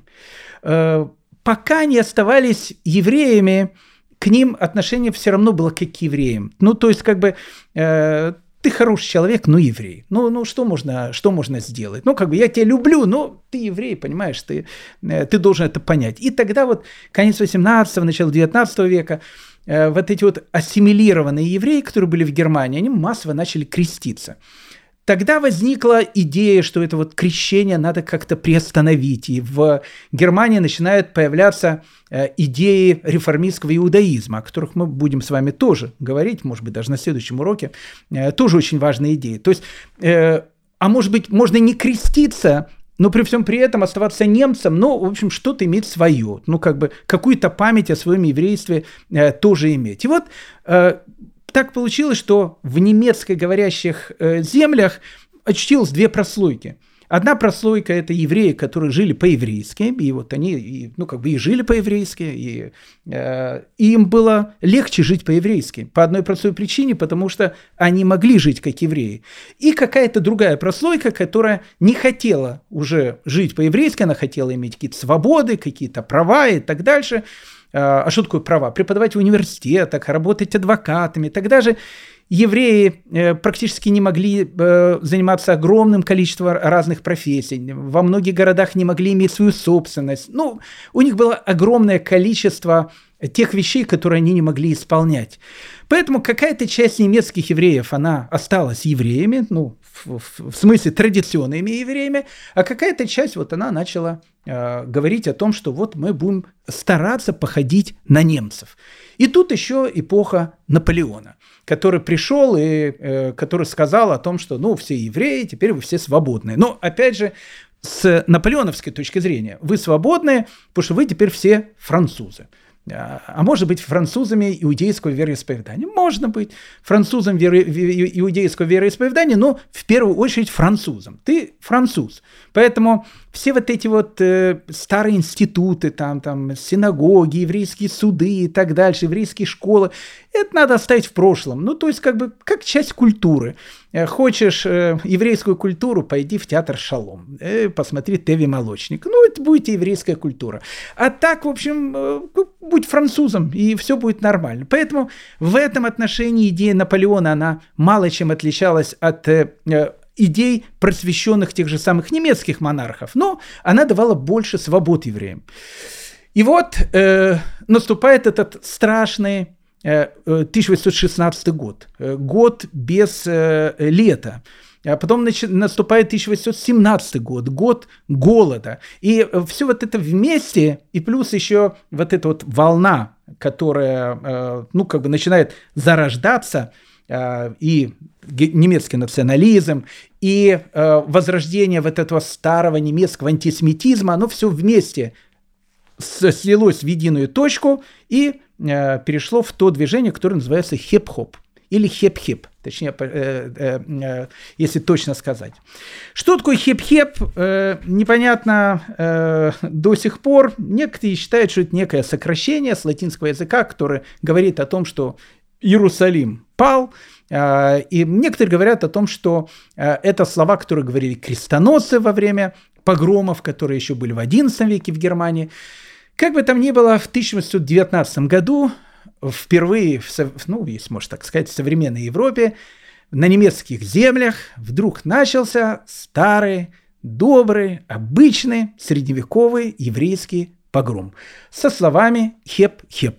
Speaker 1: Пока не оставались евреями, к ним отношение все равно было как к евреям. То есть, ты хороший человек, но еврей. Что можно сделать? Я тебя люблю, но ты еврей, понимаешь, ты должен это понять. И тогда вот конец 18-го, начало 19 века, вот эти вот ассимилированные евреи, которые были в Германии, они массово начали креститься. Тогда возникла идея, что это вот крещение надо как-то приостановить, и в Германии начинают появляться идеи реформистского иудаизма, о которых мы будем с вами тоже говорить, может быть, даже на следующем уроке, тоже очень важные идеи. То есть, а может быть, можно не креститься, но при всем при этом оставаться немцем, но, в общем, что-то иметь свое, ну, как бы какую-то память о своем еврействе тоже иметь. И вот так получилось, что в немецкоговорящих землях очутилось две прослойки. Одна прослойка – это евреи, которые жили по-еврейски, и вот они, ну, как бы и жили по-еврейски, и им было легче жить по-еврейски по одной простой причине, потому что они могли жить как евреи. И какая-то другая прослойка, которая не хотела уже жить по-еврейски, она хотела иметь какие-то свободы, какие-то права и так дальше. А что такое права? Преподавать в университетах, работать адвокатами. Тогда же евреи практически не могли заниматься огромным количеством разных профессий. Во многих городах не могли иметь свою собственность. Ну, у них было огромное количество тех вещей, которые они не могли исполнять. Поэтому какая-то часть немецких евреев, она осталась евреями, ну, в смысле традиционными евреями, а какая-то часть, вот она начала говорить о том, что вот мы будем стараться походить на немцев. И тут еще эпоха Наполеона, который пришел и который сказал о том, что, ну, все евреи, теперь вы все свободные. Но, опять же, с наполеоновской точки зрения, вы свободные, потому что вы теперь все французы. А может быть, французами иудейского вероисповедания? Можно быть французом иудейского вероисповедания, но в первую очередь французом. Ты француз. Поэтому все вот эти вот старые институты, там синагоги, еврейские суды и так дальше, еврейские школы, это надо оставить в прошлом. Ну, то есть, как бы, как часть культуры. Хочешь еврейскую культуру, пойди в театр «Шалом», посмотри «Теви Молочник». Ну, это будет еврейская культура. А так, в общем, будь французом, и все будет нормально. Поэтому в этом отношении идея Наполеона, она мало чем отличалась от идей, просвещенных тех же самых немецких монархов, но она давала больше свобод евреям. И вот наступает этот страшный 1816 год, год без лета. А потом наступает 1817 год, год голода. И все вот это вместе, и плюс еще вот эта вот волна, которая, ну, как бы начинает зарождаться, и немецкий национализм, и возрождение вот этого старого немецкого антисемитизма, оно все вместе слилось в единую точку и перешло в то движение, которое называется хип-хоп или хеп-хеп, точнее, если точно сказать. Что такое хеп-хеп, непонятно до сих пор. Некоторые считают, что это некое сокращение с латинского языка, которое говорит о том, что Иерусалим пал, и некоторые говорят о том, что это слова, которые говорили крестоносцы во время погромов, которые еще были в XI веке в Германии. Как бы там ни было, в 1819 году впервые, ну, если можно так сказать, в современной Европе, на немецких землях вдруг начался старый, добрый, обычный, средневековый еврейский погром со словами «хеп-хеп».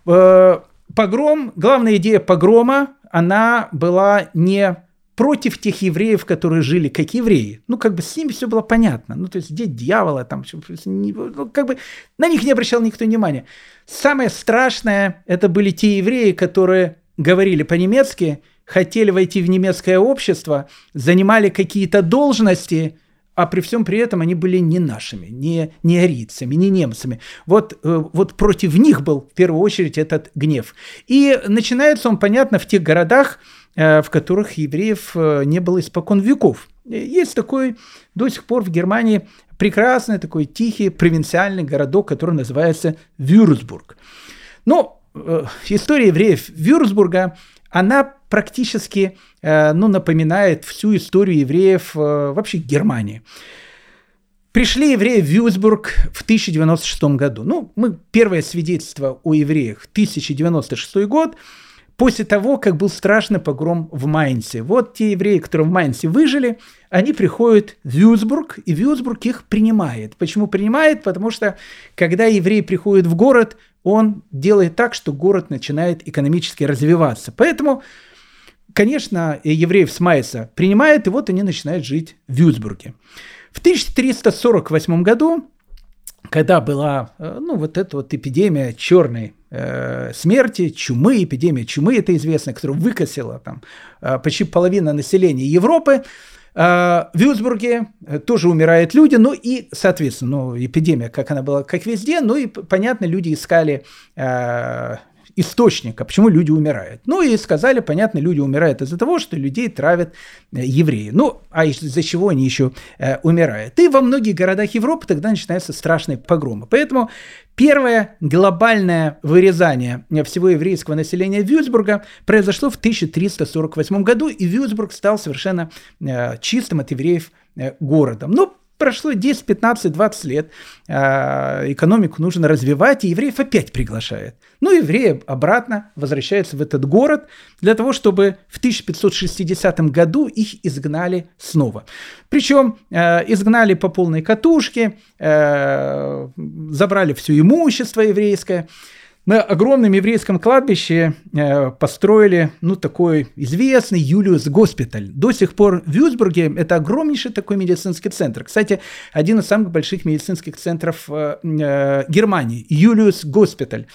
Speaker 1: Погром, главная идея погрома, она была не против тех евреев, которые жили как евреи. Ну, как бы с ними все было понятно. Ну, то есть, дети дьявола, там, ну, как бы на них не обращал никто внимания. Самое страшное, это были те евреи, которые говорили по-немецки, хотели войти в немецкое общество, занимали какие-то должности, а при всем при этом они были не нашими, не арийцами, не немцами. Вот против них был в первую очередь этот гнев. И начинается он, понятно, в тех городах, в которых евреев не было испокон веков. Есть такой до сих пор в Германии прекрасный такой тихий провинциальный городок, который называется Вюрцбург. Но история евреев Вюрцбурга, она практически напоминает всю историю евреев вообще Германии. Пришли евреи в Вюрцбург в 1096 году. Ну, первое свидетельство о евреях 1096 год, после того, как был страшный погром в Майнце. Вот те евреи, которые в Майнце выжили, они приходят в Вюрцбург, и Вюрцбург их принимает. Почему принимает? Потому что, когда еврей приходит в город, он делает так, что город начинает экономически развиваться. Поэтому конечно, евреев с Майса принимают, и вот они начинают жить в Вюрцбурге. В 1348 году, когда была вот эта вот эпидемия черной смерти, чумы, эпидемия чумы, это известно, которая выкосила там почти половину населения Европы, в Вюрцбурге тоже умирают люди, и, соответственно, эпидемия, как она была, как везде, и, понятно, люди искали источника, почему люди умирают. И сказали, понятно, люди умирают из-за того, что людей травят евреи. А из-за чего они еще умирают? И во многих городах Европы тогда начинаются страшные погромы. Поэтому первое глобальное вырезание всего еврейского населения Вюрцбурга произошло в 1348 году, и Вюрцбург стал совершенно чистым от евреев городом. Прошло 10, 15, 20 лет, экономику нужно развивать, и евреев опять приглашают. Евреи обратно возвращаются в этот город для того, чтобы в 1560 году их изгнали снова. Причем изгнали по полной катушке, забрали все имущество еврейское. На огромном еврейском кладбище построили, такой известный Юлиус Госпиталь. До сих пор в Вюрцбурге это огромнейший такой медицинский центр. Кстати, один из самых больших медицинских центров Германии. Юлиус Госпиталь.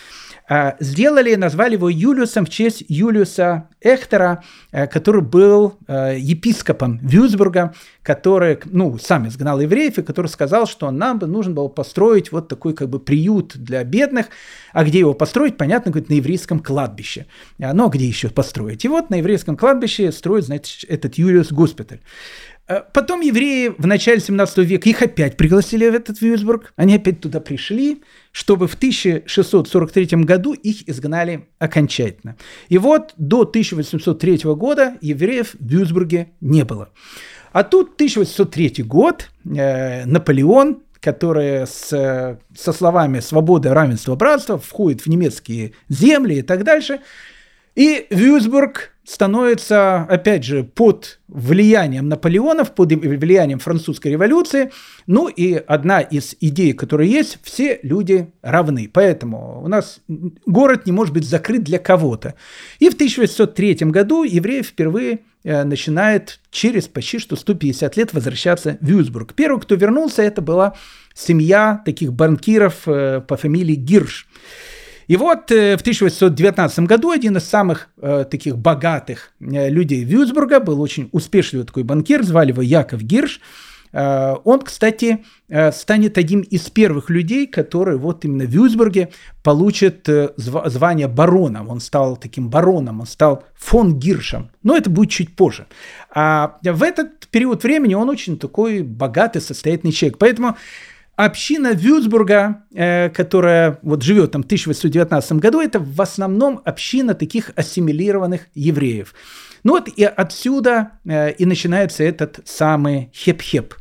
Speaker 1: Назвали его Юлиусом в честь Юлиуса Эхтера, который был епископом Вюрцбурга, который, сам изгнал евреев, и который сказал, что нам бы нужно было построить вот такой приют для бедных. А где его построить? Понятно, говорит, на еврейском кладбище. А где еще построить? И вот на еврейском кладбище строят, этот Юлиус Госпиталь. Потом евреи в начале 17 века, их опять пригласили в этот Вюрцбург, они опять туда пришли, чтобы в 1643 году их изгнали окончательно. И вот до 1803 года евреев в Вюрцбурге не было. А тут 1803 год, Наполеон, который со словами «свобода, равенство, братство» входит в немецкие земли и так дальше, и Вюрцбург становится, опять же, под влиянием Наполеона, под влиянием французской революции. И одна из идей, которая есть, все люди равны. Поэтому у нас город не может быть закрыт для кого-то. И в 1803 году евреи впервые начинают через почти что 150 лет возвращаться в Вюрцбург. Первый, кто вернулся, это была семья таких банкиров по фамилии Гирш. И вот в 1819 году один из самых таких богатых людей Вюрцбурга, был очень успешный такой банкир, звали его Яков Гирш. Он, кстати, станет одним из первых людей, которые вот именно в Вюрцбурге получат звание барона. Он стал таким бароном, он стал фон Гиршем. Но это будет чуть позже. А в этот период времени он очень такой богатый, состоятельный человек. Поэтому община Вюрцбурга, которая вот живет там в 1819 году, это в основном община таких ассимилированных евреев. И отсюда и начинается этот самый хеп-хеп.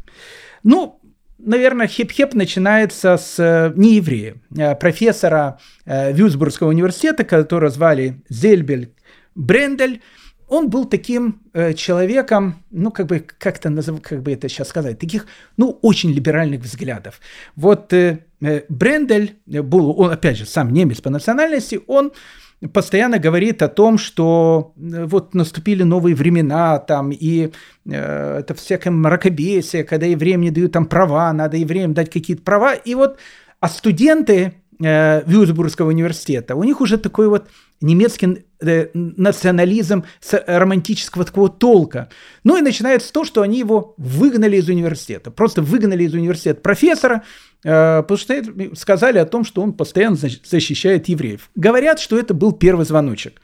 Speaker 1: Наверное, хеп-хеп начинается с нееврея, профессора Вюрцбургского университета, которого звали Зельбель Брендель. Он был таким человеком, как это сейчас сказать, таких, очень либеральных взглядов. Вот Брендель был, он, опять же, сам немец по национальности, он постоянно говорит о том, что вот наступили новые времена, и это всякое мракобесие, когда евреям не дают права, надо евреям дать какие-то права. А студенты Вюрцбургского университета, у них уже такой вот немецкий национализм романтического такого толка. И начинается с того, что они его выгнали из университета. Просто выгнали из университета профессора, потому что сказали о том, что он постоянно защищает евреев. Говорят, что это был первый звоночек.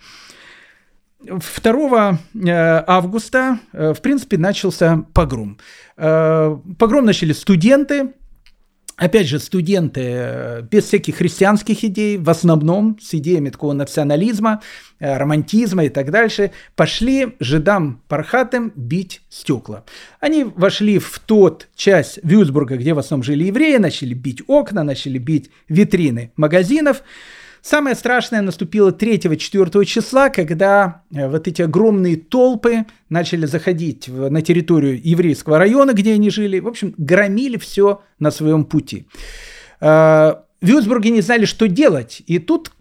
Speaker 1: 2 августа, в принципе, начался погром. Погром начали студенты. Опять же, студенты без всяких христианских идей, в основном с идеями такого национализма, романтизма и так дальше, пошли жидам пархатым бить стекла. Они вошли в тот часть Вюрцбурга, где в основном жили евреи, начали бить окна, начали бить витрины магазинов. Самое страшное наступило 3-4 числа, когда вот эти огромные толпы начали заходить на территорию еврейского района, где они жили. В общем, громили все на своем пути. В Вюрцбурге не знали, что делать. И тут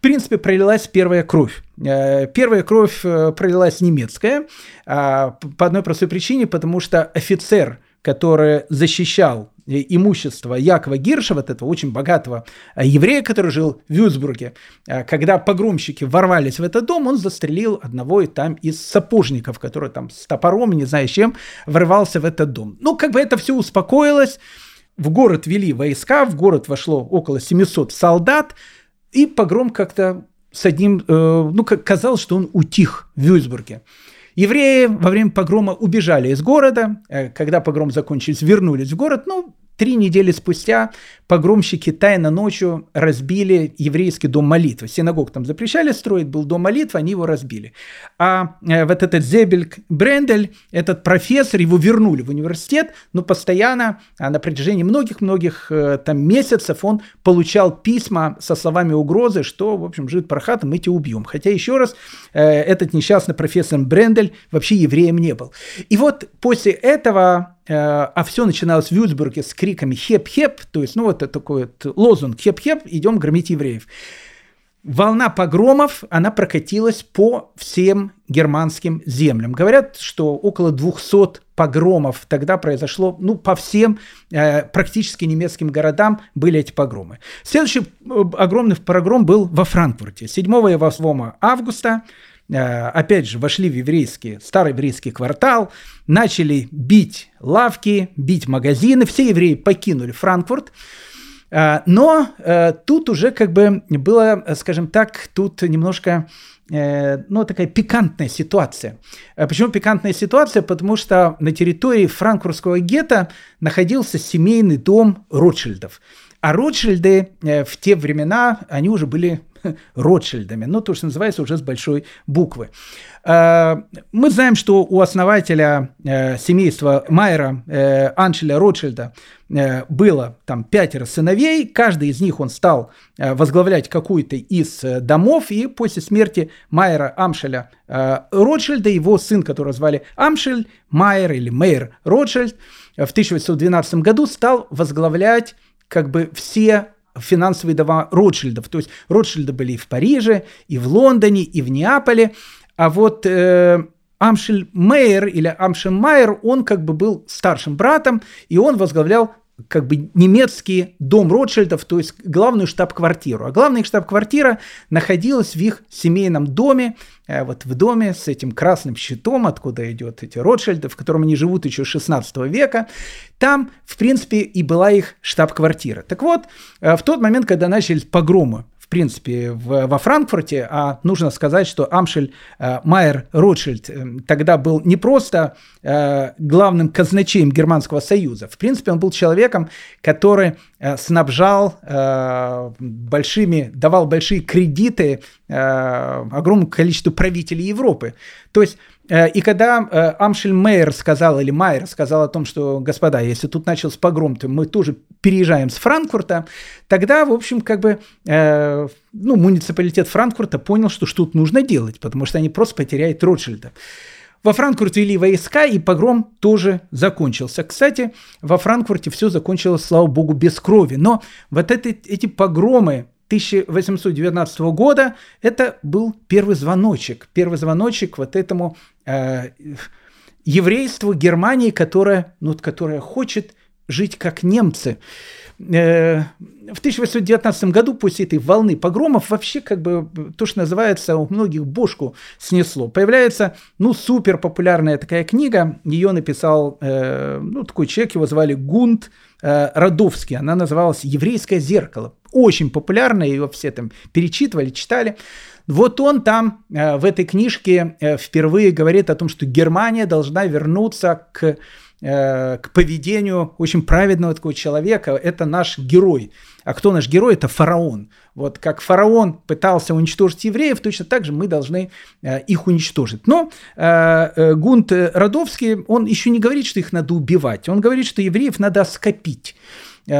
Speaker 1: принципе, пролилась первая кровь. Первая кровь пролилась немецкая по одной простой причине, потому что офицер, который защищал имущество Якова Гирша, вот этого очень богатого еврея, который жил в Вюрцбурге, когда погромщики ворвались в этот дом, он застрелил одного там из сапожников, который там с топором, не знаю с чем, ворвался в этот дом. Ну, как бы это все успокоилось, в город вели войска, в город вошло около 700 солдат, и погром как-то с одним, казалось, что он утих в Вюрцбурге. Евреи во время погрома убежали из города. Когда погром закончился, вернулись в город. 3 недели спустя погромщики тайно ночью разбили еврейский дом молитвы. Синагог там запрещали строить, был дом молитвы, они его разбили. А вот этот Зебельк Брендель, этот профессор, его вернули в университет, но постоянно, на протяжении многих-многих там месяцев он получал письма со словами угрозы, что, в общем, жид пархата, мы тебя убьем. Хотя, еще раз, этот несчастный профессор Брендель вообще евреем не был. И вот после этого... А все начиналось в Вюрцбурге с криками «Хеп-хеп», то есть, это такой вот лозунг «Хеп-хеп, идем громить евреев». Волна погромов, она прокатилась по всем германским землям. Говорят, что около 200 погромов тогда произошло, по всем практически немецким городам были эти погромы. Следующий огромный погром был во Франкфурте. 7 и 8 августа опять же, вошли в старый еврейский квартал, начали бить лавки, бить магазины, все евреи покинули Франкфурт, но тут уже было, скажем так, тут немножко такая пикантная ситуация. Почему пикантная ситуация? Потому что на территории франкфуртского гетто находился семейный дом Ротшильдов. А Ротшильды в те времена, они уже были Ротшильдами, то, что называется, уже с большой буквы. Мы знаем, что у основателя семейства Майера, Аншеля Ротшильда, было там 5 сыновей, каждый из них он стал возглавлять какой-то из домов, и после смерти Майера Амшеля Ротшильда, его сын, которого звали Амшель Майер или Мейер Ротшильд, в 1812 году стал возглавлять все финансовые дома Ротшильдов. То есть Ротшильды были и в Париже, и в Лондоне, и в Неаполе. А вот Амшель Мейер или Амшель Майер, он был старшим братом, и он возглавлял немецкий дом Ротшильдов, то есть главную штаб-квартиру. А главная штаб-квартира находилась в их семейном доме, вот в доме с этим красным щитом, откуда идет эти Ротшильды, в котором они живут еще с 16 века. Там, в принципе, и была их штаб-квартира. Так вот, в тот момент, когда начались погромы, в принципе, во Франкфурте, а нужно сказать, что Амшель Майер Ротшильд тогда был не просто главным казначеем Германского союза. В принципе, он был человеком, который снабжал давал большие кредиты огромному количеству правителей Европы. То есть, и когда Амшель Майер сказал о том, что, господа, если тут начался погром, то мы тоже переезжаем с Франкфурта, тогда, в общем, муниципалитет Франкфурта понял, что что-то нужно делать, потому что они просто потеряют Ротшильда. Во Франкфурте вели войска, и погром тоже закончился. Кстати, во Франкфурте все закончилось, слава богу, без крови. Но вот эти погромы 1819 года, это был первый звоночек вот этому еврейству Германии, которая хочет жить как немцы. В 1819 году после этой волны погромов вообще то, что называется, у многих бошку снесло. Появляется супер популярная такая книга, ее написал такой человек, его звали Гунт Радовский, она называлась «Еврейское зеркало». Очень популярная, ее все там перечитывали, читали. Вот он там в этой книжке впервые говорит о том, что Германия должна вернуться к поведению очень праведного такого человека. Это наш герой. А кто наш герой? Это фараон. Вот как фараон пытался уничтожить евреев, точно так же мы должны их уничтожить. Но Гунт Радовский, он еще не говорит, что их надо убивать. Он говорит, что евреев надо оскопить.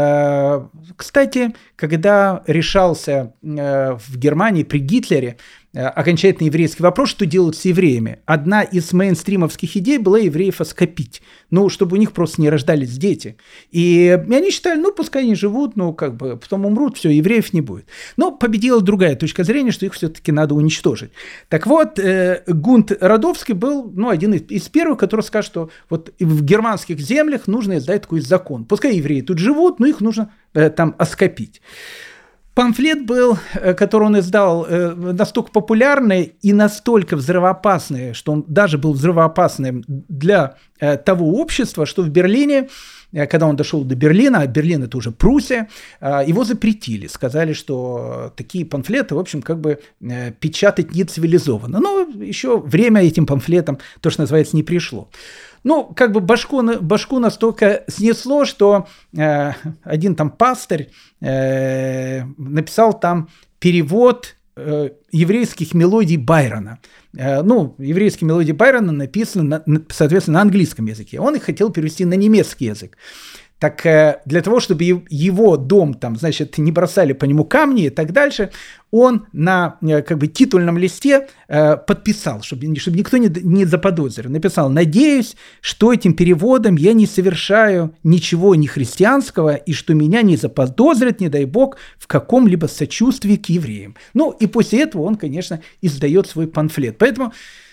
Speaker 1: Кстати, когда решался в Германии при Гитлере окончательный еврейский вопрос, что делать с евреями. Одна из мейнстримовских идей была евреев оскопить, чтобы у них просто не рождались дети. И они считали, пускай они живут, потом умрут, все, евреев не будет. Но победила другая точка зрения, что их все-таки надо уничтожить. Так вот, Гунт Радовский был один из первых, который скажет, что вот в германских землях нужно издать такой закон. Пускай евреи тут живут, но их нужно там оскопить. Памфлет был, который он издал, настолько популярный и настолько взрывоопасный, что он даже был взрывоопасным для того общества, что в Берлине, когда он дошел до Берлина, а Берлин – это уже Пруссия, его запретили. Сказали, что такие памфлеты, в общем, печатать не цивилизованно. Но еще время этим памфлетам, то, что называется, не пришло. Башку настолько снесло, что один там пастырь написал там перевод еврейских мелодий Байрона. Еврейские мелодии Байрона написаны, соответственно, на английском языке. Он их хотел перевести на немецкий язык. Так для того, чтобы его дом, не бросали по нему камни и так дальше, он на титульном листе подписал, чтобы никто не заподозрил. Написал: «Надеюсь, что этим переводом я не совершаю ничего нехристианского и что меня не заподозрят, не дай бог, в каком-либо сочувствии к евреям». И после этого он, конечно, издает свой памфлет. Поэтому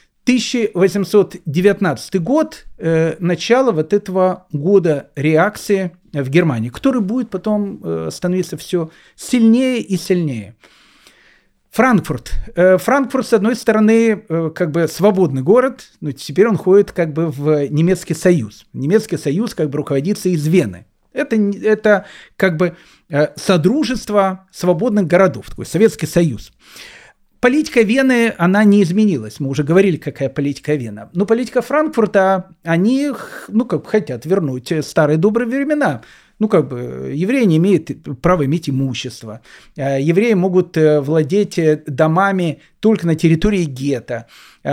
Speaker 1: 1819 год, начало вот этого года реакции в Германии, который будет потом становиться все сильнее и сильнее. Франкфурт. Франкфурт, с одной стороны, свободный город, но теперь он ходит в Немецкий Союз. Немецкий Союз руководится из Вены. Это содружество свободных городов, такой Советский Союз. Политика Вены, она не изменилась. Мы уже говорили, какая политика Вены. Но политика Франкфурта, они, хотят вернуть старые добрые времена. Евреи не имеют права иметь имущество. Евреи могут владеть домами только на территории гетто.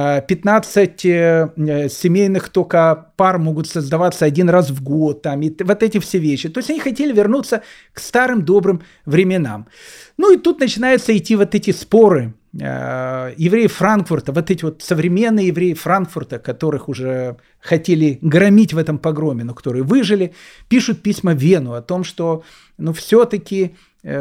Speaker 1: 15 семейных только пар могут создаваться один раз в год. И вот эти все вещи. То есть они хотели вернуться к старым добрым временам. И тут начинаются идти вот эти споры. Евреи Франкфурта, вот эти вот современные евреи Франкфурта, которых уже хотели громить в этом погроме, но которые выжили, пишут письма в Вену о том, что все-таки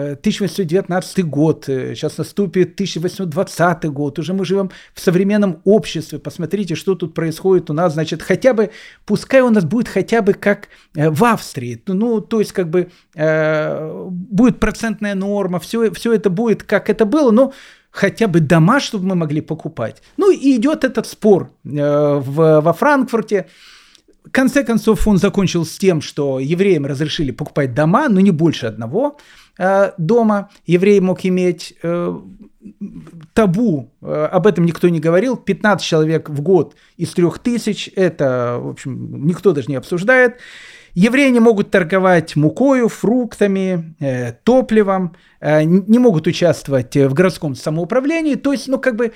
Speaker 1: 1819 год, сейчас наступит 1820 год, уже мы живем в современном обществе, посмотрите, что тут происходит у нас, пускай у нас будет хотя бы как в Австрии, то есть будет процентная норма, все это будет как это было, но хотя бы дома, чтобы мы могли покупать. И идет этот спор во Франкфурте. В конце концов, он закончился с тем, что евреям разрешили покупать дома, но не больше одного дома еврей мог иметь. Табу, об этом никто не говорил. 15 человек в год из 3000, это, в общем, никто даже не обсуждает. Евреи не могут торговать мукою, фруктами, топливом, не могут участвовать в городском самоуправлении. То есть,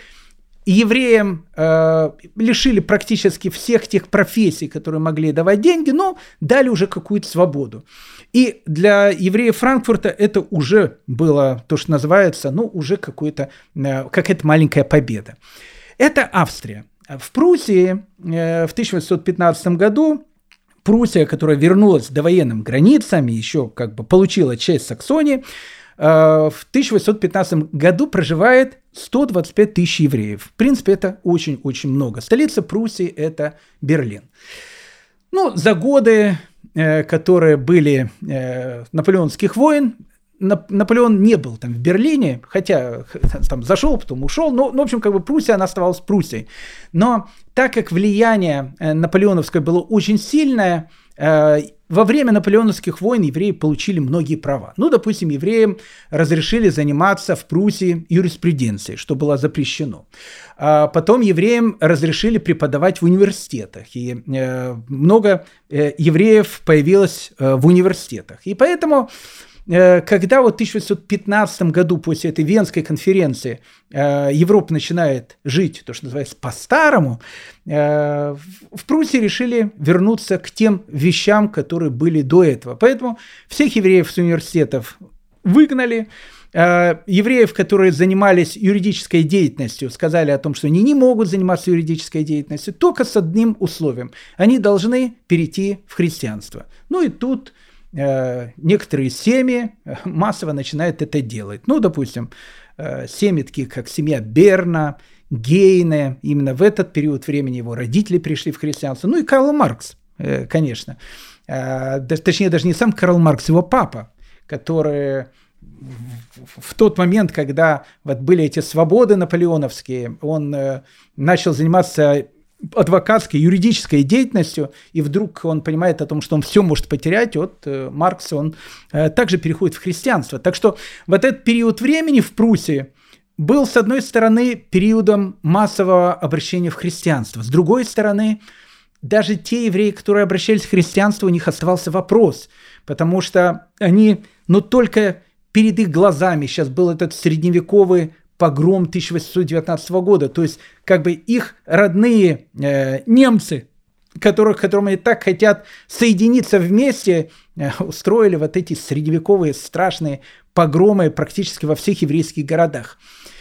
Speaker 1: евреям лишили практически всех тех профессий, которые могли давать деньги, но дали уже какую-то свободу. И для евреев Франкфурта это уже было то, что называется, уже какая-то маленькая победа. Это Австрия. В Пруссии в 1815 году Пруссия, которая вернулась к довоенным границам, еще получила часть Саксонии, в 1815 году проживает 125 тысяч евреев. В принципе, это очень-очень много. Столица Пруссии – это Берлин. За годы, которые были наполеонских войн, Наполеон не был там в Берлине, хотя там зашел, потом ушел, но в общем, Пруссия, она оставалась Пруссией. Но так как влияние наполеоновское было очень сильное, во время наполеоновских войн евреи получили многие права. Допустим, евреям разрешили заниматься в Пруссии юриспруденцией, что было запрещено. Потом евреям разрешили преподавать в университетах, и много евреев появилось в университетах. И поэтому, когда в 1815 году после этой Венской конференции Европа начинает жить, то, что называется, по-старому, в Пруссии решили вернуться к тем вещам, которые были до этого. Поэтому всех евреев с университетов выгнали, евреев, которые занимались юридической деятельностью, сказали о том, что они не могут заниматься юридической деятельностью, только с одним условием. Они должны перейти в христианство. Ну и тут некоторые семьи массово начинают это делать. Ну, допустим, семьи такие, как семья Берна, Гейне, именно в этот период времени его родители пришли в христианство. Ну и Карл Маркс, конечно. Точнее, даже не сам Карл Маркс, его папа, который в тот момент, когда вот были эти свободы наполеоновские, он начал заниматься адвокатской, юридической деятельностью, и вдруг он понимает о том, что он все может потерять от Маркса, он также переходит в христианство. Так что вот этот период времени в Пруссии был, с одной стороны, периодом массового обращения в христианство, с другой стороны, даже те евреи, которые обращались к христианству, у них оставался вопрос, потому что они, только перед их глазами сейчас был этот средневековый погром 1819 года, то есть как бы их родные немцы, которым они так хотят соединиться вместе, устроили вот эти средневековые страшные погромы практически во всех еврейских городах.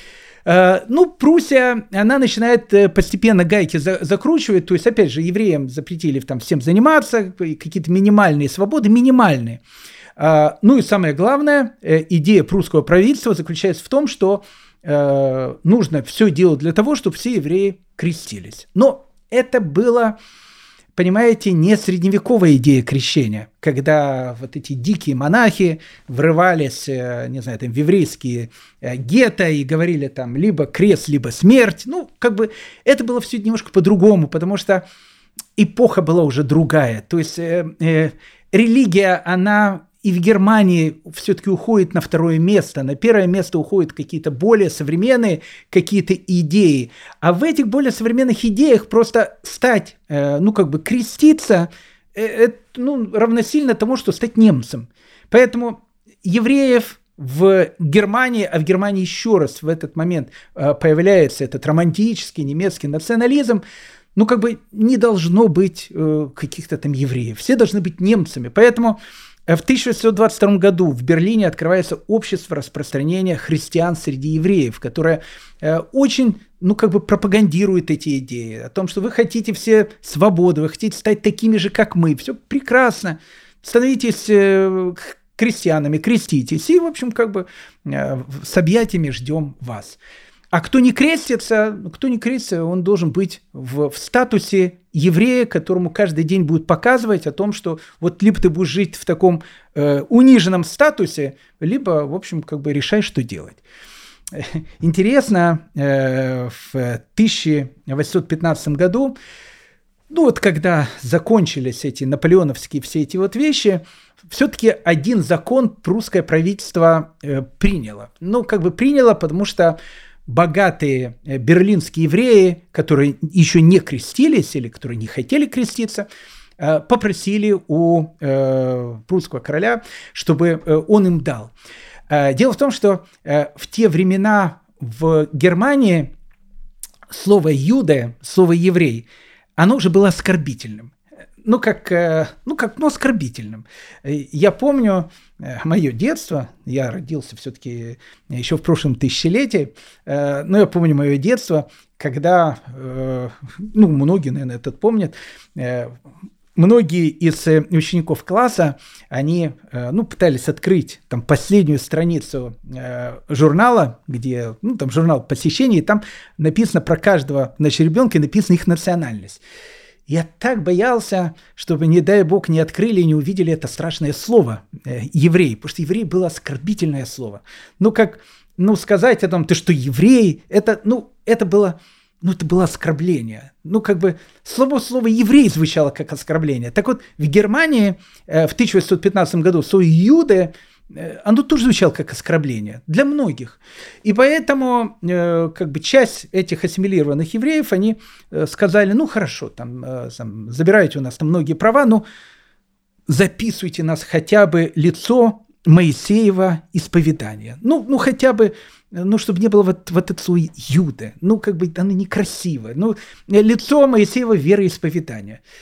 Speaker 1: Пруссия, она начинает постепенно гайки закручивать, то есть, опять же, евреям запретили там всем заниматься, какие-то минимальные свободы, минимальные. И самое главное, идея прусского правительства заключается в том, что нужно все делать для того, чтобы все евреи крестились. Но это было, понимаете, не средневековая идея крещения, когда вот эти дикие монахи врывались, не знаю, там, в еврейские гетто и говорили там либо крест, либо смерть. Это было все немножко по-другому, потому что эпоха была уже другая. То есть религия, она и в Германии все-таки уходит на второе место. На первое место уходят какие-то более современные какие-то идеи. А в этих более современных идеях просто стать, креститься, равносильно тому, что стать немцем. Поэтому евреев в Германии, а в Германии еще раз в этот момент появляется этот романтический немецкий национализм, не должно быть каких-то там евреев. Все должны быть немцами. Поэтому в 1822 году в Берлине открывается общество распространения христиан среди евреев, которое очень, пропагандирует эти идеи о том, что вы хотите все свободы, вы хотите стать такими же, как мы. Все прекрасно. Становитесь крестьянами, креститесь. И, в общем, с объятиями ждем вас. А кто не крестится, он должен быть в статусе еврея, которому каждый день будут показывать о том, что вот либо ты будешь жить в таком униженном статусе, либо, в общем, решай, что делать. Интересно, в 1815 году, когда закончились эти наполеоновские все эти вот вещи, все-таки один закон прусское правительство приняло. Приняло, потому что богатые берлинские евреи, которые еще не крестились или которые не хотели креститься, попросили у прусского короля, чтобы он им дал. Дело в том, что в те времена в Германии слово «юде», слово «еврей», оно уже было оскорбительным. Оскорбительным. Я помню мое детство, я родился все-таки еще в прошлом тысячелетии, но я помню мое детство, когда, многие, наверное, это помнят, многие из учеников класса, они пытались открыть там последнюю страницу журнала, где, там журнал посещений, и там написано про каждого ребенка, написана их национальность. Я так боялся, чтобы, не дай бог, не открыли и не увидели это страшное слово «еврей», потому что «еврей» было оскорбительное слово. Сказать о том, ты что, еврей, это было оскорбление. Слово «еврей» звучало как оскорбление. Так вот, в Германии в 1815 году слово «юде» оно тоже звучало как оскорбление для многих. И поэтому часть этих ассимилированных евреев, они сказали, хорошо, забирайте у нас там многие права, но записывайте нас хотя бы лицо Моисеева исповедания. Хотя бы, чтобы не было вот это слово «юде». Оно некрасиво. Лицо Моисеева вероисповедания.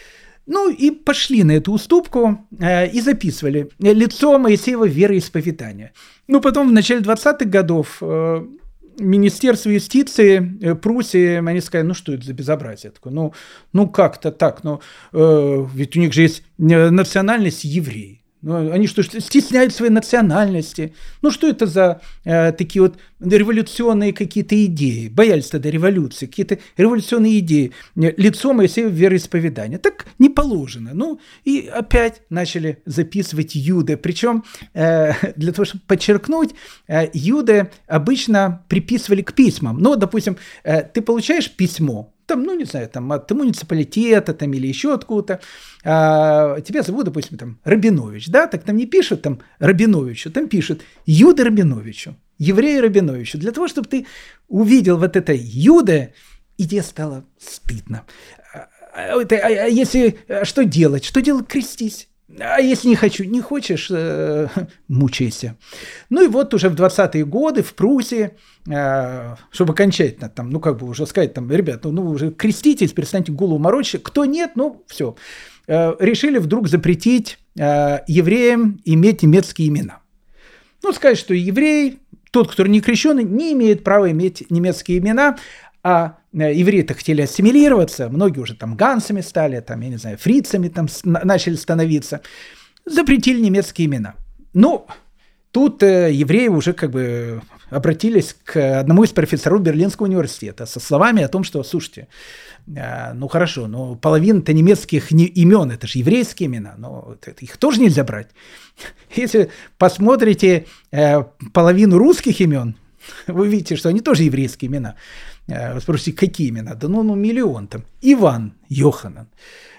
Speaker 1: Ну и пошли на эту уступку и записывали лицо Моисеева вероисповедания. Ну потом в начале 20-х годов Министерство юстиции Пруссии, они сказали, ну что это за безобразие? Такое, ну как-то так, ведь у них же есть национальность евреи. Ну, они что, стесняют своей национальности? Ну, что это за такие вот революционные какие-то идеи? Боялись тогда революции, какие-то революционные идеи. Лицо Моисеева вероисповедания. Так не положено. Ну, и опять начали записывать юды. Причем, для того, чтобы подчеркнуть, юды обычно приписывали к письмам. Ну, допустим, ты получаешь письмо, там, ну, не знаю, там, от муниципалитета там, или еще откуда-то, тебя зовут, допустим, там, Рабинович, да, так там не пишут там Рабиновичу, там пишут Юда Рабиновичу, еврею Рабиновичу. Для того, чтобы ты увидел вот это Юда, и тебе стало стыдно. Если, что делать? Что делать? Крестись. А если не хочешь, мучайся. Ну и вот уже в 20-е годы в Пруссии, чтобы окончательно, там, ну как бы уже сказать, там, ребят, ну уже креститесь, перестаньте голову морочить. Кто нет, ну все. Решили вдруг запретить евреям иметь немецкие имена. Ну сказать, что еврей, тот, который не крещеный, не имеет права иметь немецкие имена, а евреи-то хотели ассимилироваться, многие уже там гансами стали, там, я не знаю, фрицами там начали становиться, запретили немецкие имена. Ну, тут евреи уже как бы обратились к одному из профессоров Берлинского университета со словами о том, что, слушайте, ну хорошо, но половина-то немецких имен, это же еврейские имена, но их тоже нельзя брать. Если посмотрите половину русских имен, вы видите, что они тоже еврейские имена. Вы спросите, какие имена? Да ну миллион там. Иван, Йоханан,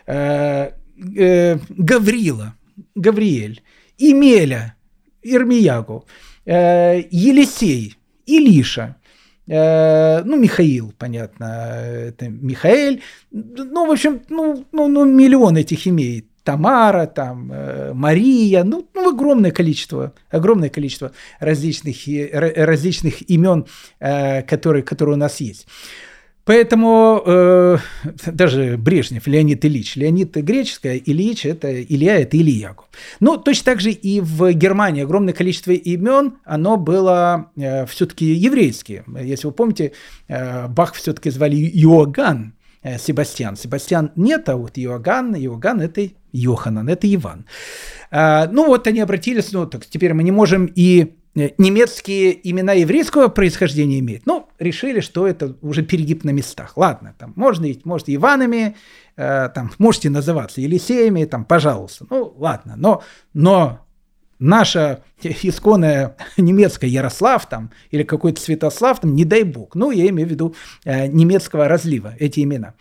Speaker 1: Гаврила, Гавриэль, Имеля, Ирмиягу, Елисей, Илиша, ну, Михаил, понятно, это Михаэль. Ну, в общем, миллион этих имеет. Тамара, там, Мария, ну огромное количество различных имен, которые у нас есть. Поэтому даже Брежнев, Леонид Ильич. Леонид греческое, Ильич – это Илья, это Ильягу. Ну, точно так же и в Германии огромное количество имен, оно было все-таки еврейские. Если вы помните, Бах все-таки звали Иоганн. Себастьян. Себастьян нет, а вот Иоганн – это Йоханан, это Иван. Ну вот они обратились, ну так теперь мы не можем и немецкие имена еврейского происхождения иметь. Ну, решили, что это уже перегиб на местах. Ладно, там можно Иванами, там можете называться Елисеями, там, пожалуйста. Ну, ладно, но наша исконная немецкая Ярослав там, или какой-то Святослав, там, не дай бог. Ну, я имею в виду немецкого разлива, эти имена.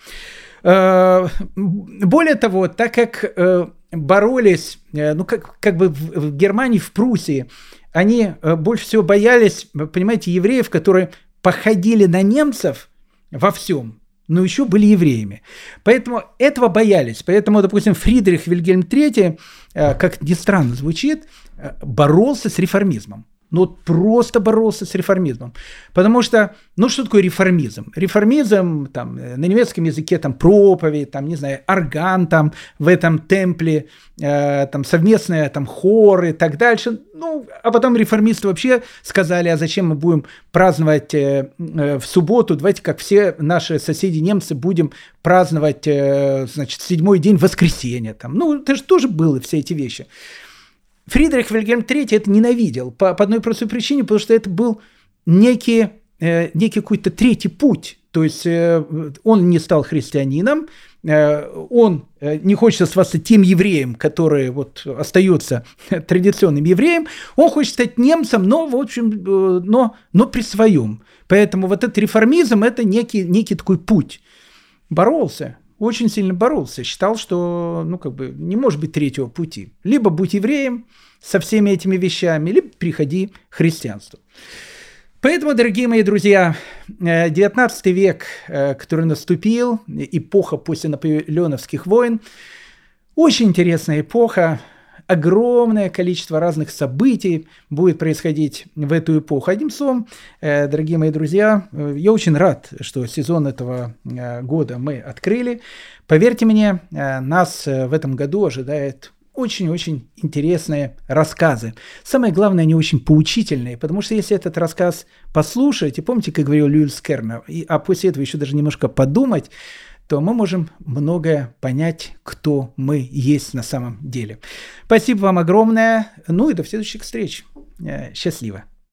Speaker 1: Более того, так как боролись, ну, как бы в Германии, в Пруссии, они больше всего боялись, понимаете, евреев, которые походили на немцев во всем, но еще были евреями. Поэтому этого боялись. Поэтому, допустим, Фридрих Вильгельм III, как ни странно звучит, боролся с реформизмом. Ну, вот просто боролся с реформизмом. Потому что, ну, что такое реформизм? Реформизм, там, на немецком языке, там, проповедь, там, не знаю, орган, там, в этом темпле, там, совместные, там, хоры и так дальше. Ну, а потом реформисты вообще сказали, а зачем мы будем праздновать в субботу, давайте, как все наши соседи-немцы, будем праздновать, значит, 7-й день воскресенья, там. Ну, это же тоже было все эти вещи. Фридрих Вильгельм III это ненавидел по одной простой причине, потому что это был некий какой-то третий путь. То есть он не стал христианином, он не хочет оставаться тем евреем, который вот остается традиционным евреем, он хочет стать немцем, но, в общем, но при своем. Поэтому вот этот реформизм – это некий такой путь. Боролся. Очень сильно боролся, считал, что, ну, как бы, не может быть третьего пути. Либо будь евреем со всеми этими вещами, либо приходи к христианству. Поэтому, дорогие мои друзья, 19 век, который наступил, эпоха после наполеоновских войн, очень интересная эпоха. огромное количество разных событий будет происходить в эту эпоху. Одним словом, дорогие мои друзья, я очень рад, что сезон этого года мы открыли. Поверьте мне, нас в этом году ожидает очень-очень интересные рассказы. Самое главное, они очень поучительные, потому что если этот рассказ послушать, и помните, как говорил Льюис Керн, а после этого еще даже немножко подумать, то мы можем многое понять, кто мы есть на самом деле. Спасибо вам огромное. Ну и до следующих встреч. Счастливо.